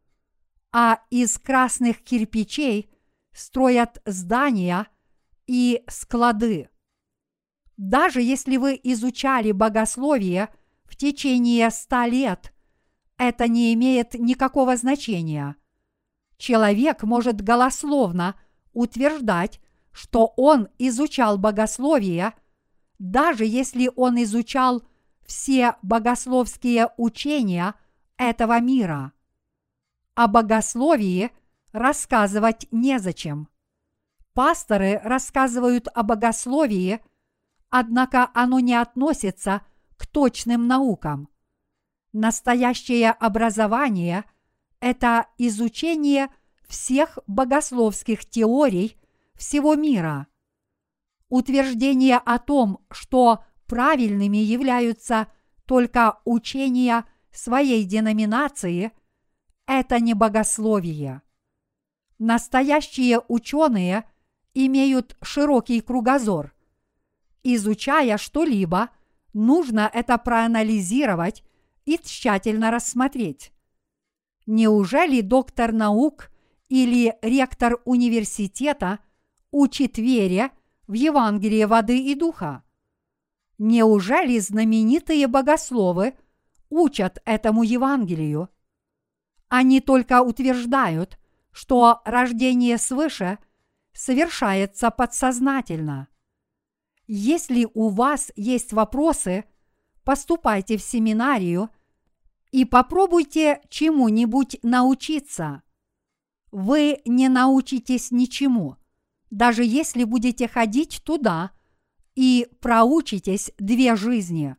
А из красных кирпичей строят здания и склады. Даже если вы изучали богословие в течение ста лет, это не имеет никакого значения. Человек может голословно утверждать, что он изучал богословие, даже если он изучал все богословские учения этого мира. О богословии рассказывать незачем. Пасторы рассказывают о богословии, однако оно не относится к точным наукам. Настоящее образование – это изучение всех богословских теорий всего мира. Утверждение о том, что правильными являются только учения своей деноминации, это не богословие. Настоящие ученые имеют широкий кругозор. Изучая что-либо, нужно это проанализировать и тщательно рассмотреть. Неужели доктор наук или ректор университета учит вере в Евангелие воды и духа? Неужели знаменитые богословы учат этому Евангелию? Они только утверждают, что рождение свыше совершается подсознательно. Если у вас есть вопросы, поступайте в семинарию и попробуйте чему-нибудь научиться. Вы не научитесь ничему, даже если будете ходить туда и проучитесь две жизни.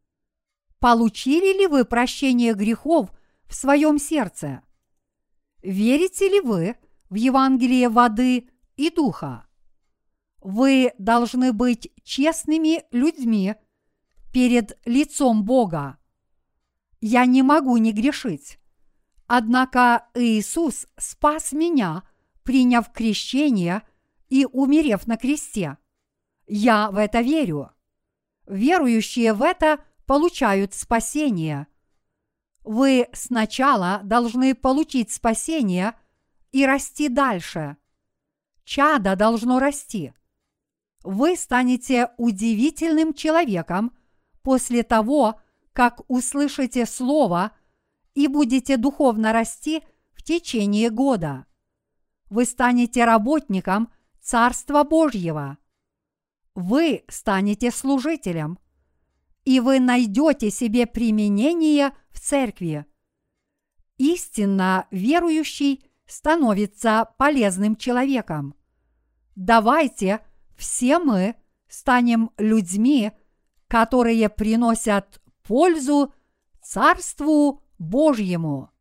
Получили ли вы прощение грехов в своем сердце? Верите ли вы в Евангелие воды и духа? Вы должны быть честными людьми перед лицом Бога. Я не могу не грешить. Однако Иисус спас меня, приняв крещение и умерев на кресте. Я в это верю. Верующие в это получают спасение. Вы сначала должны получить спасение и расти дальше. Чадо должно расти. Вы станете удивительным человеком после того, как услышите Слово и будете духовно расти в течение года. Вы станете работником Царства Божьего. Вы станете служителем, и вы найдете себе применение в церкви. Истинно верующий становится полезным человеком. Давайте все мы станем людьми, которые приносят пользу Царству Божьему.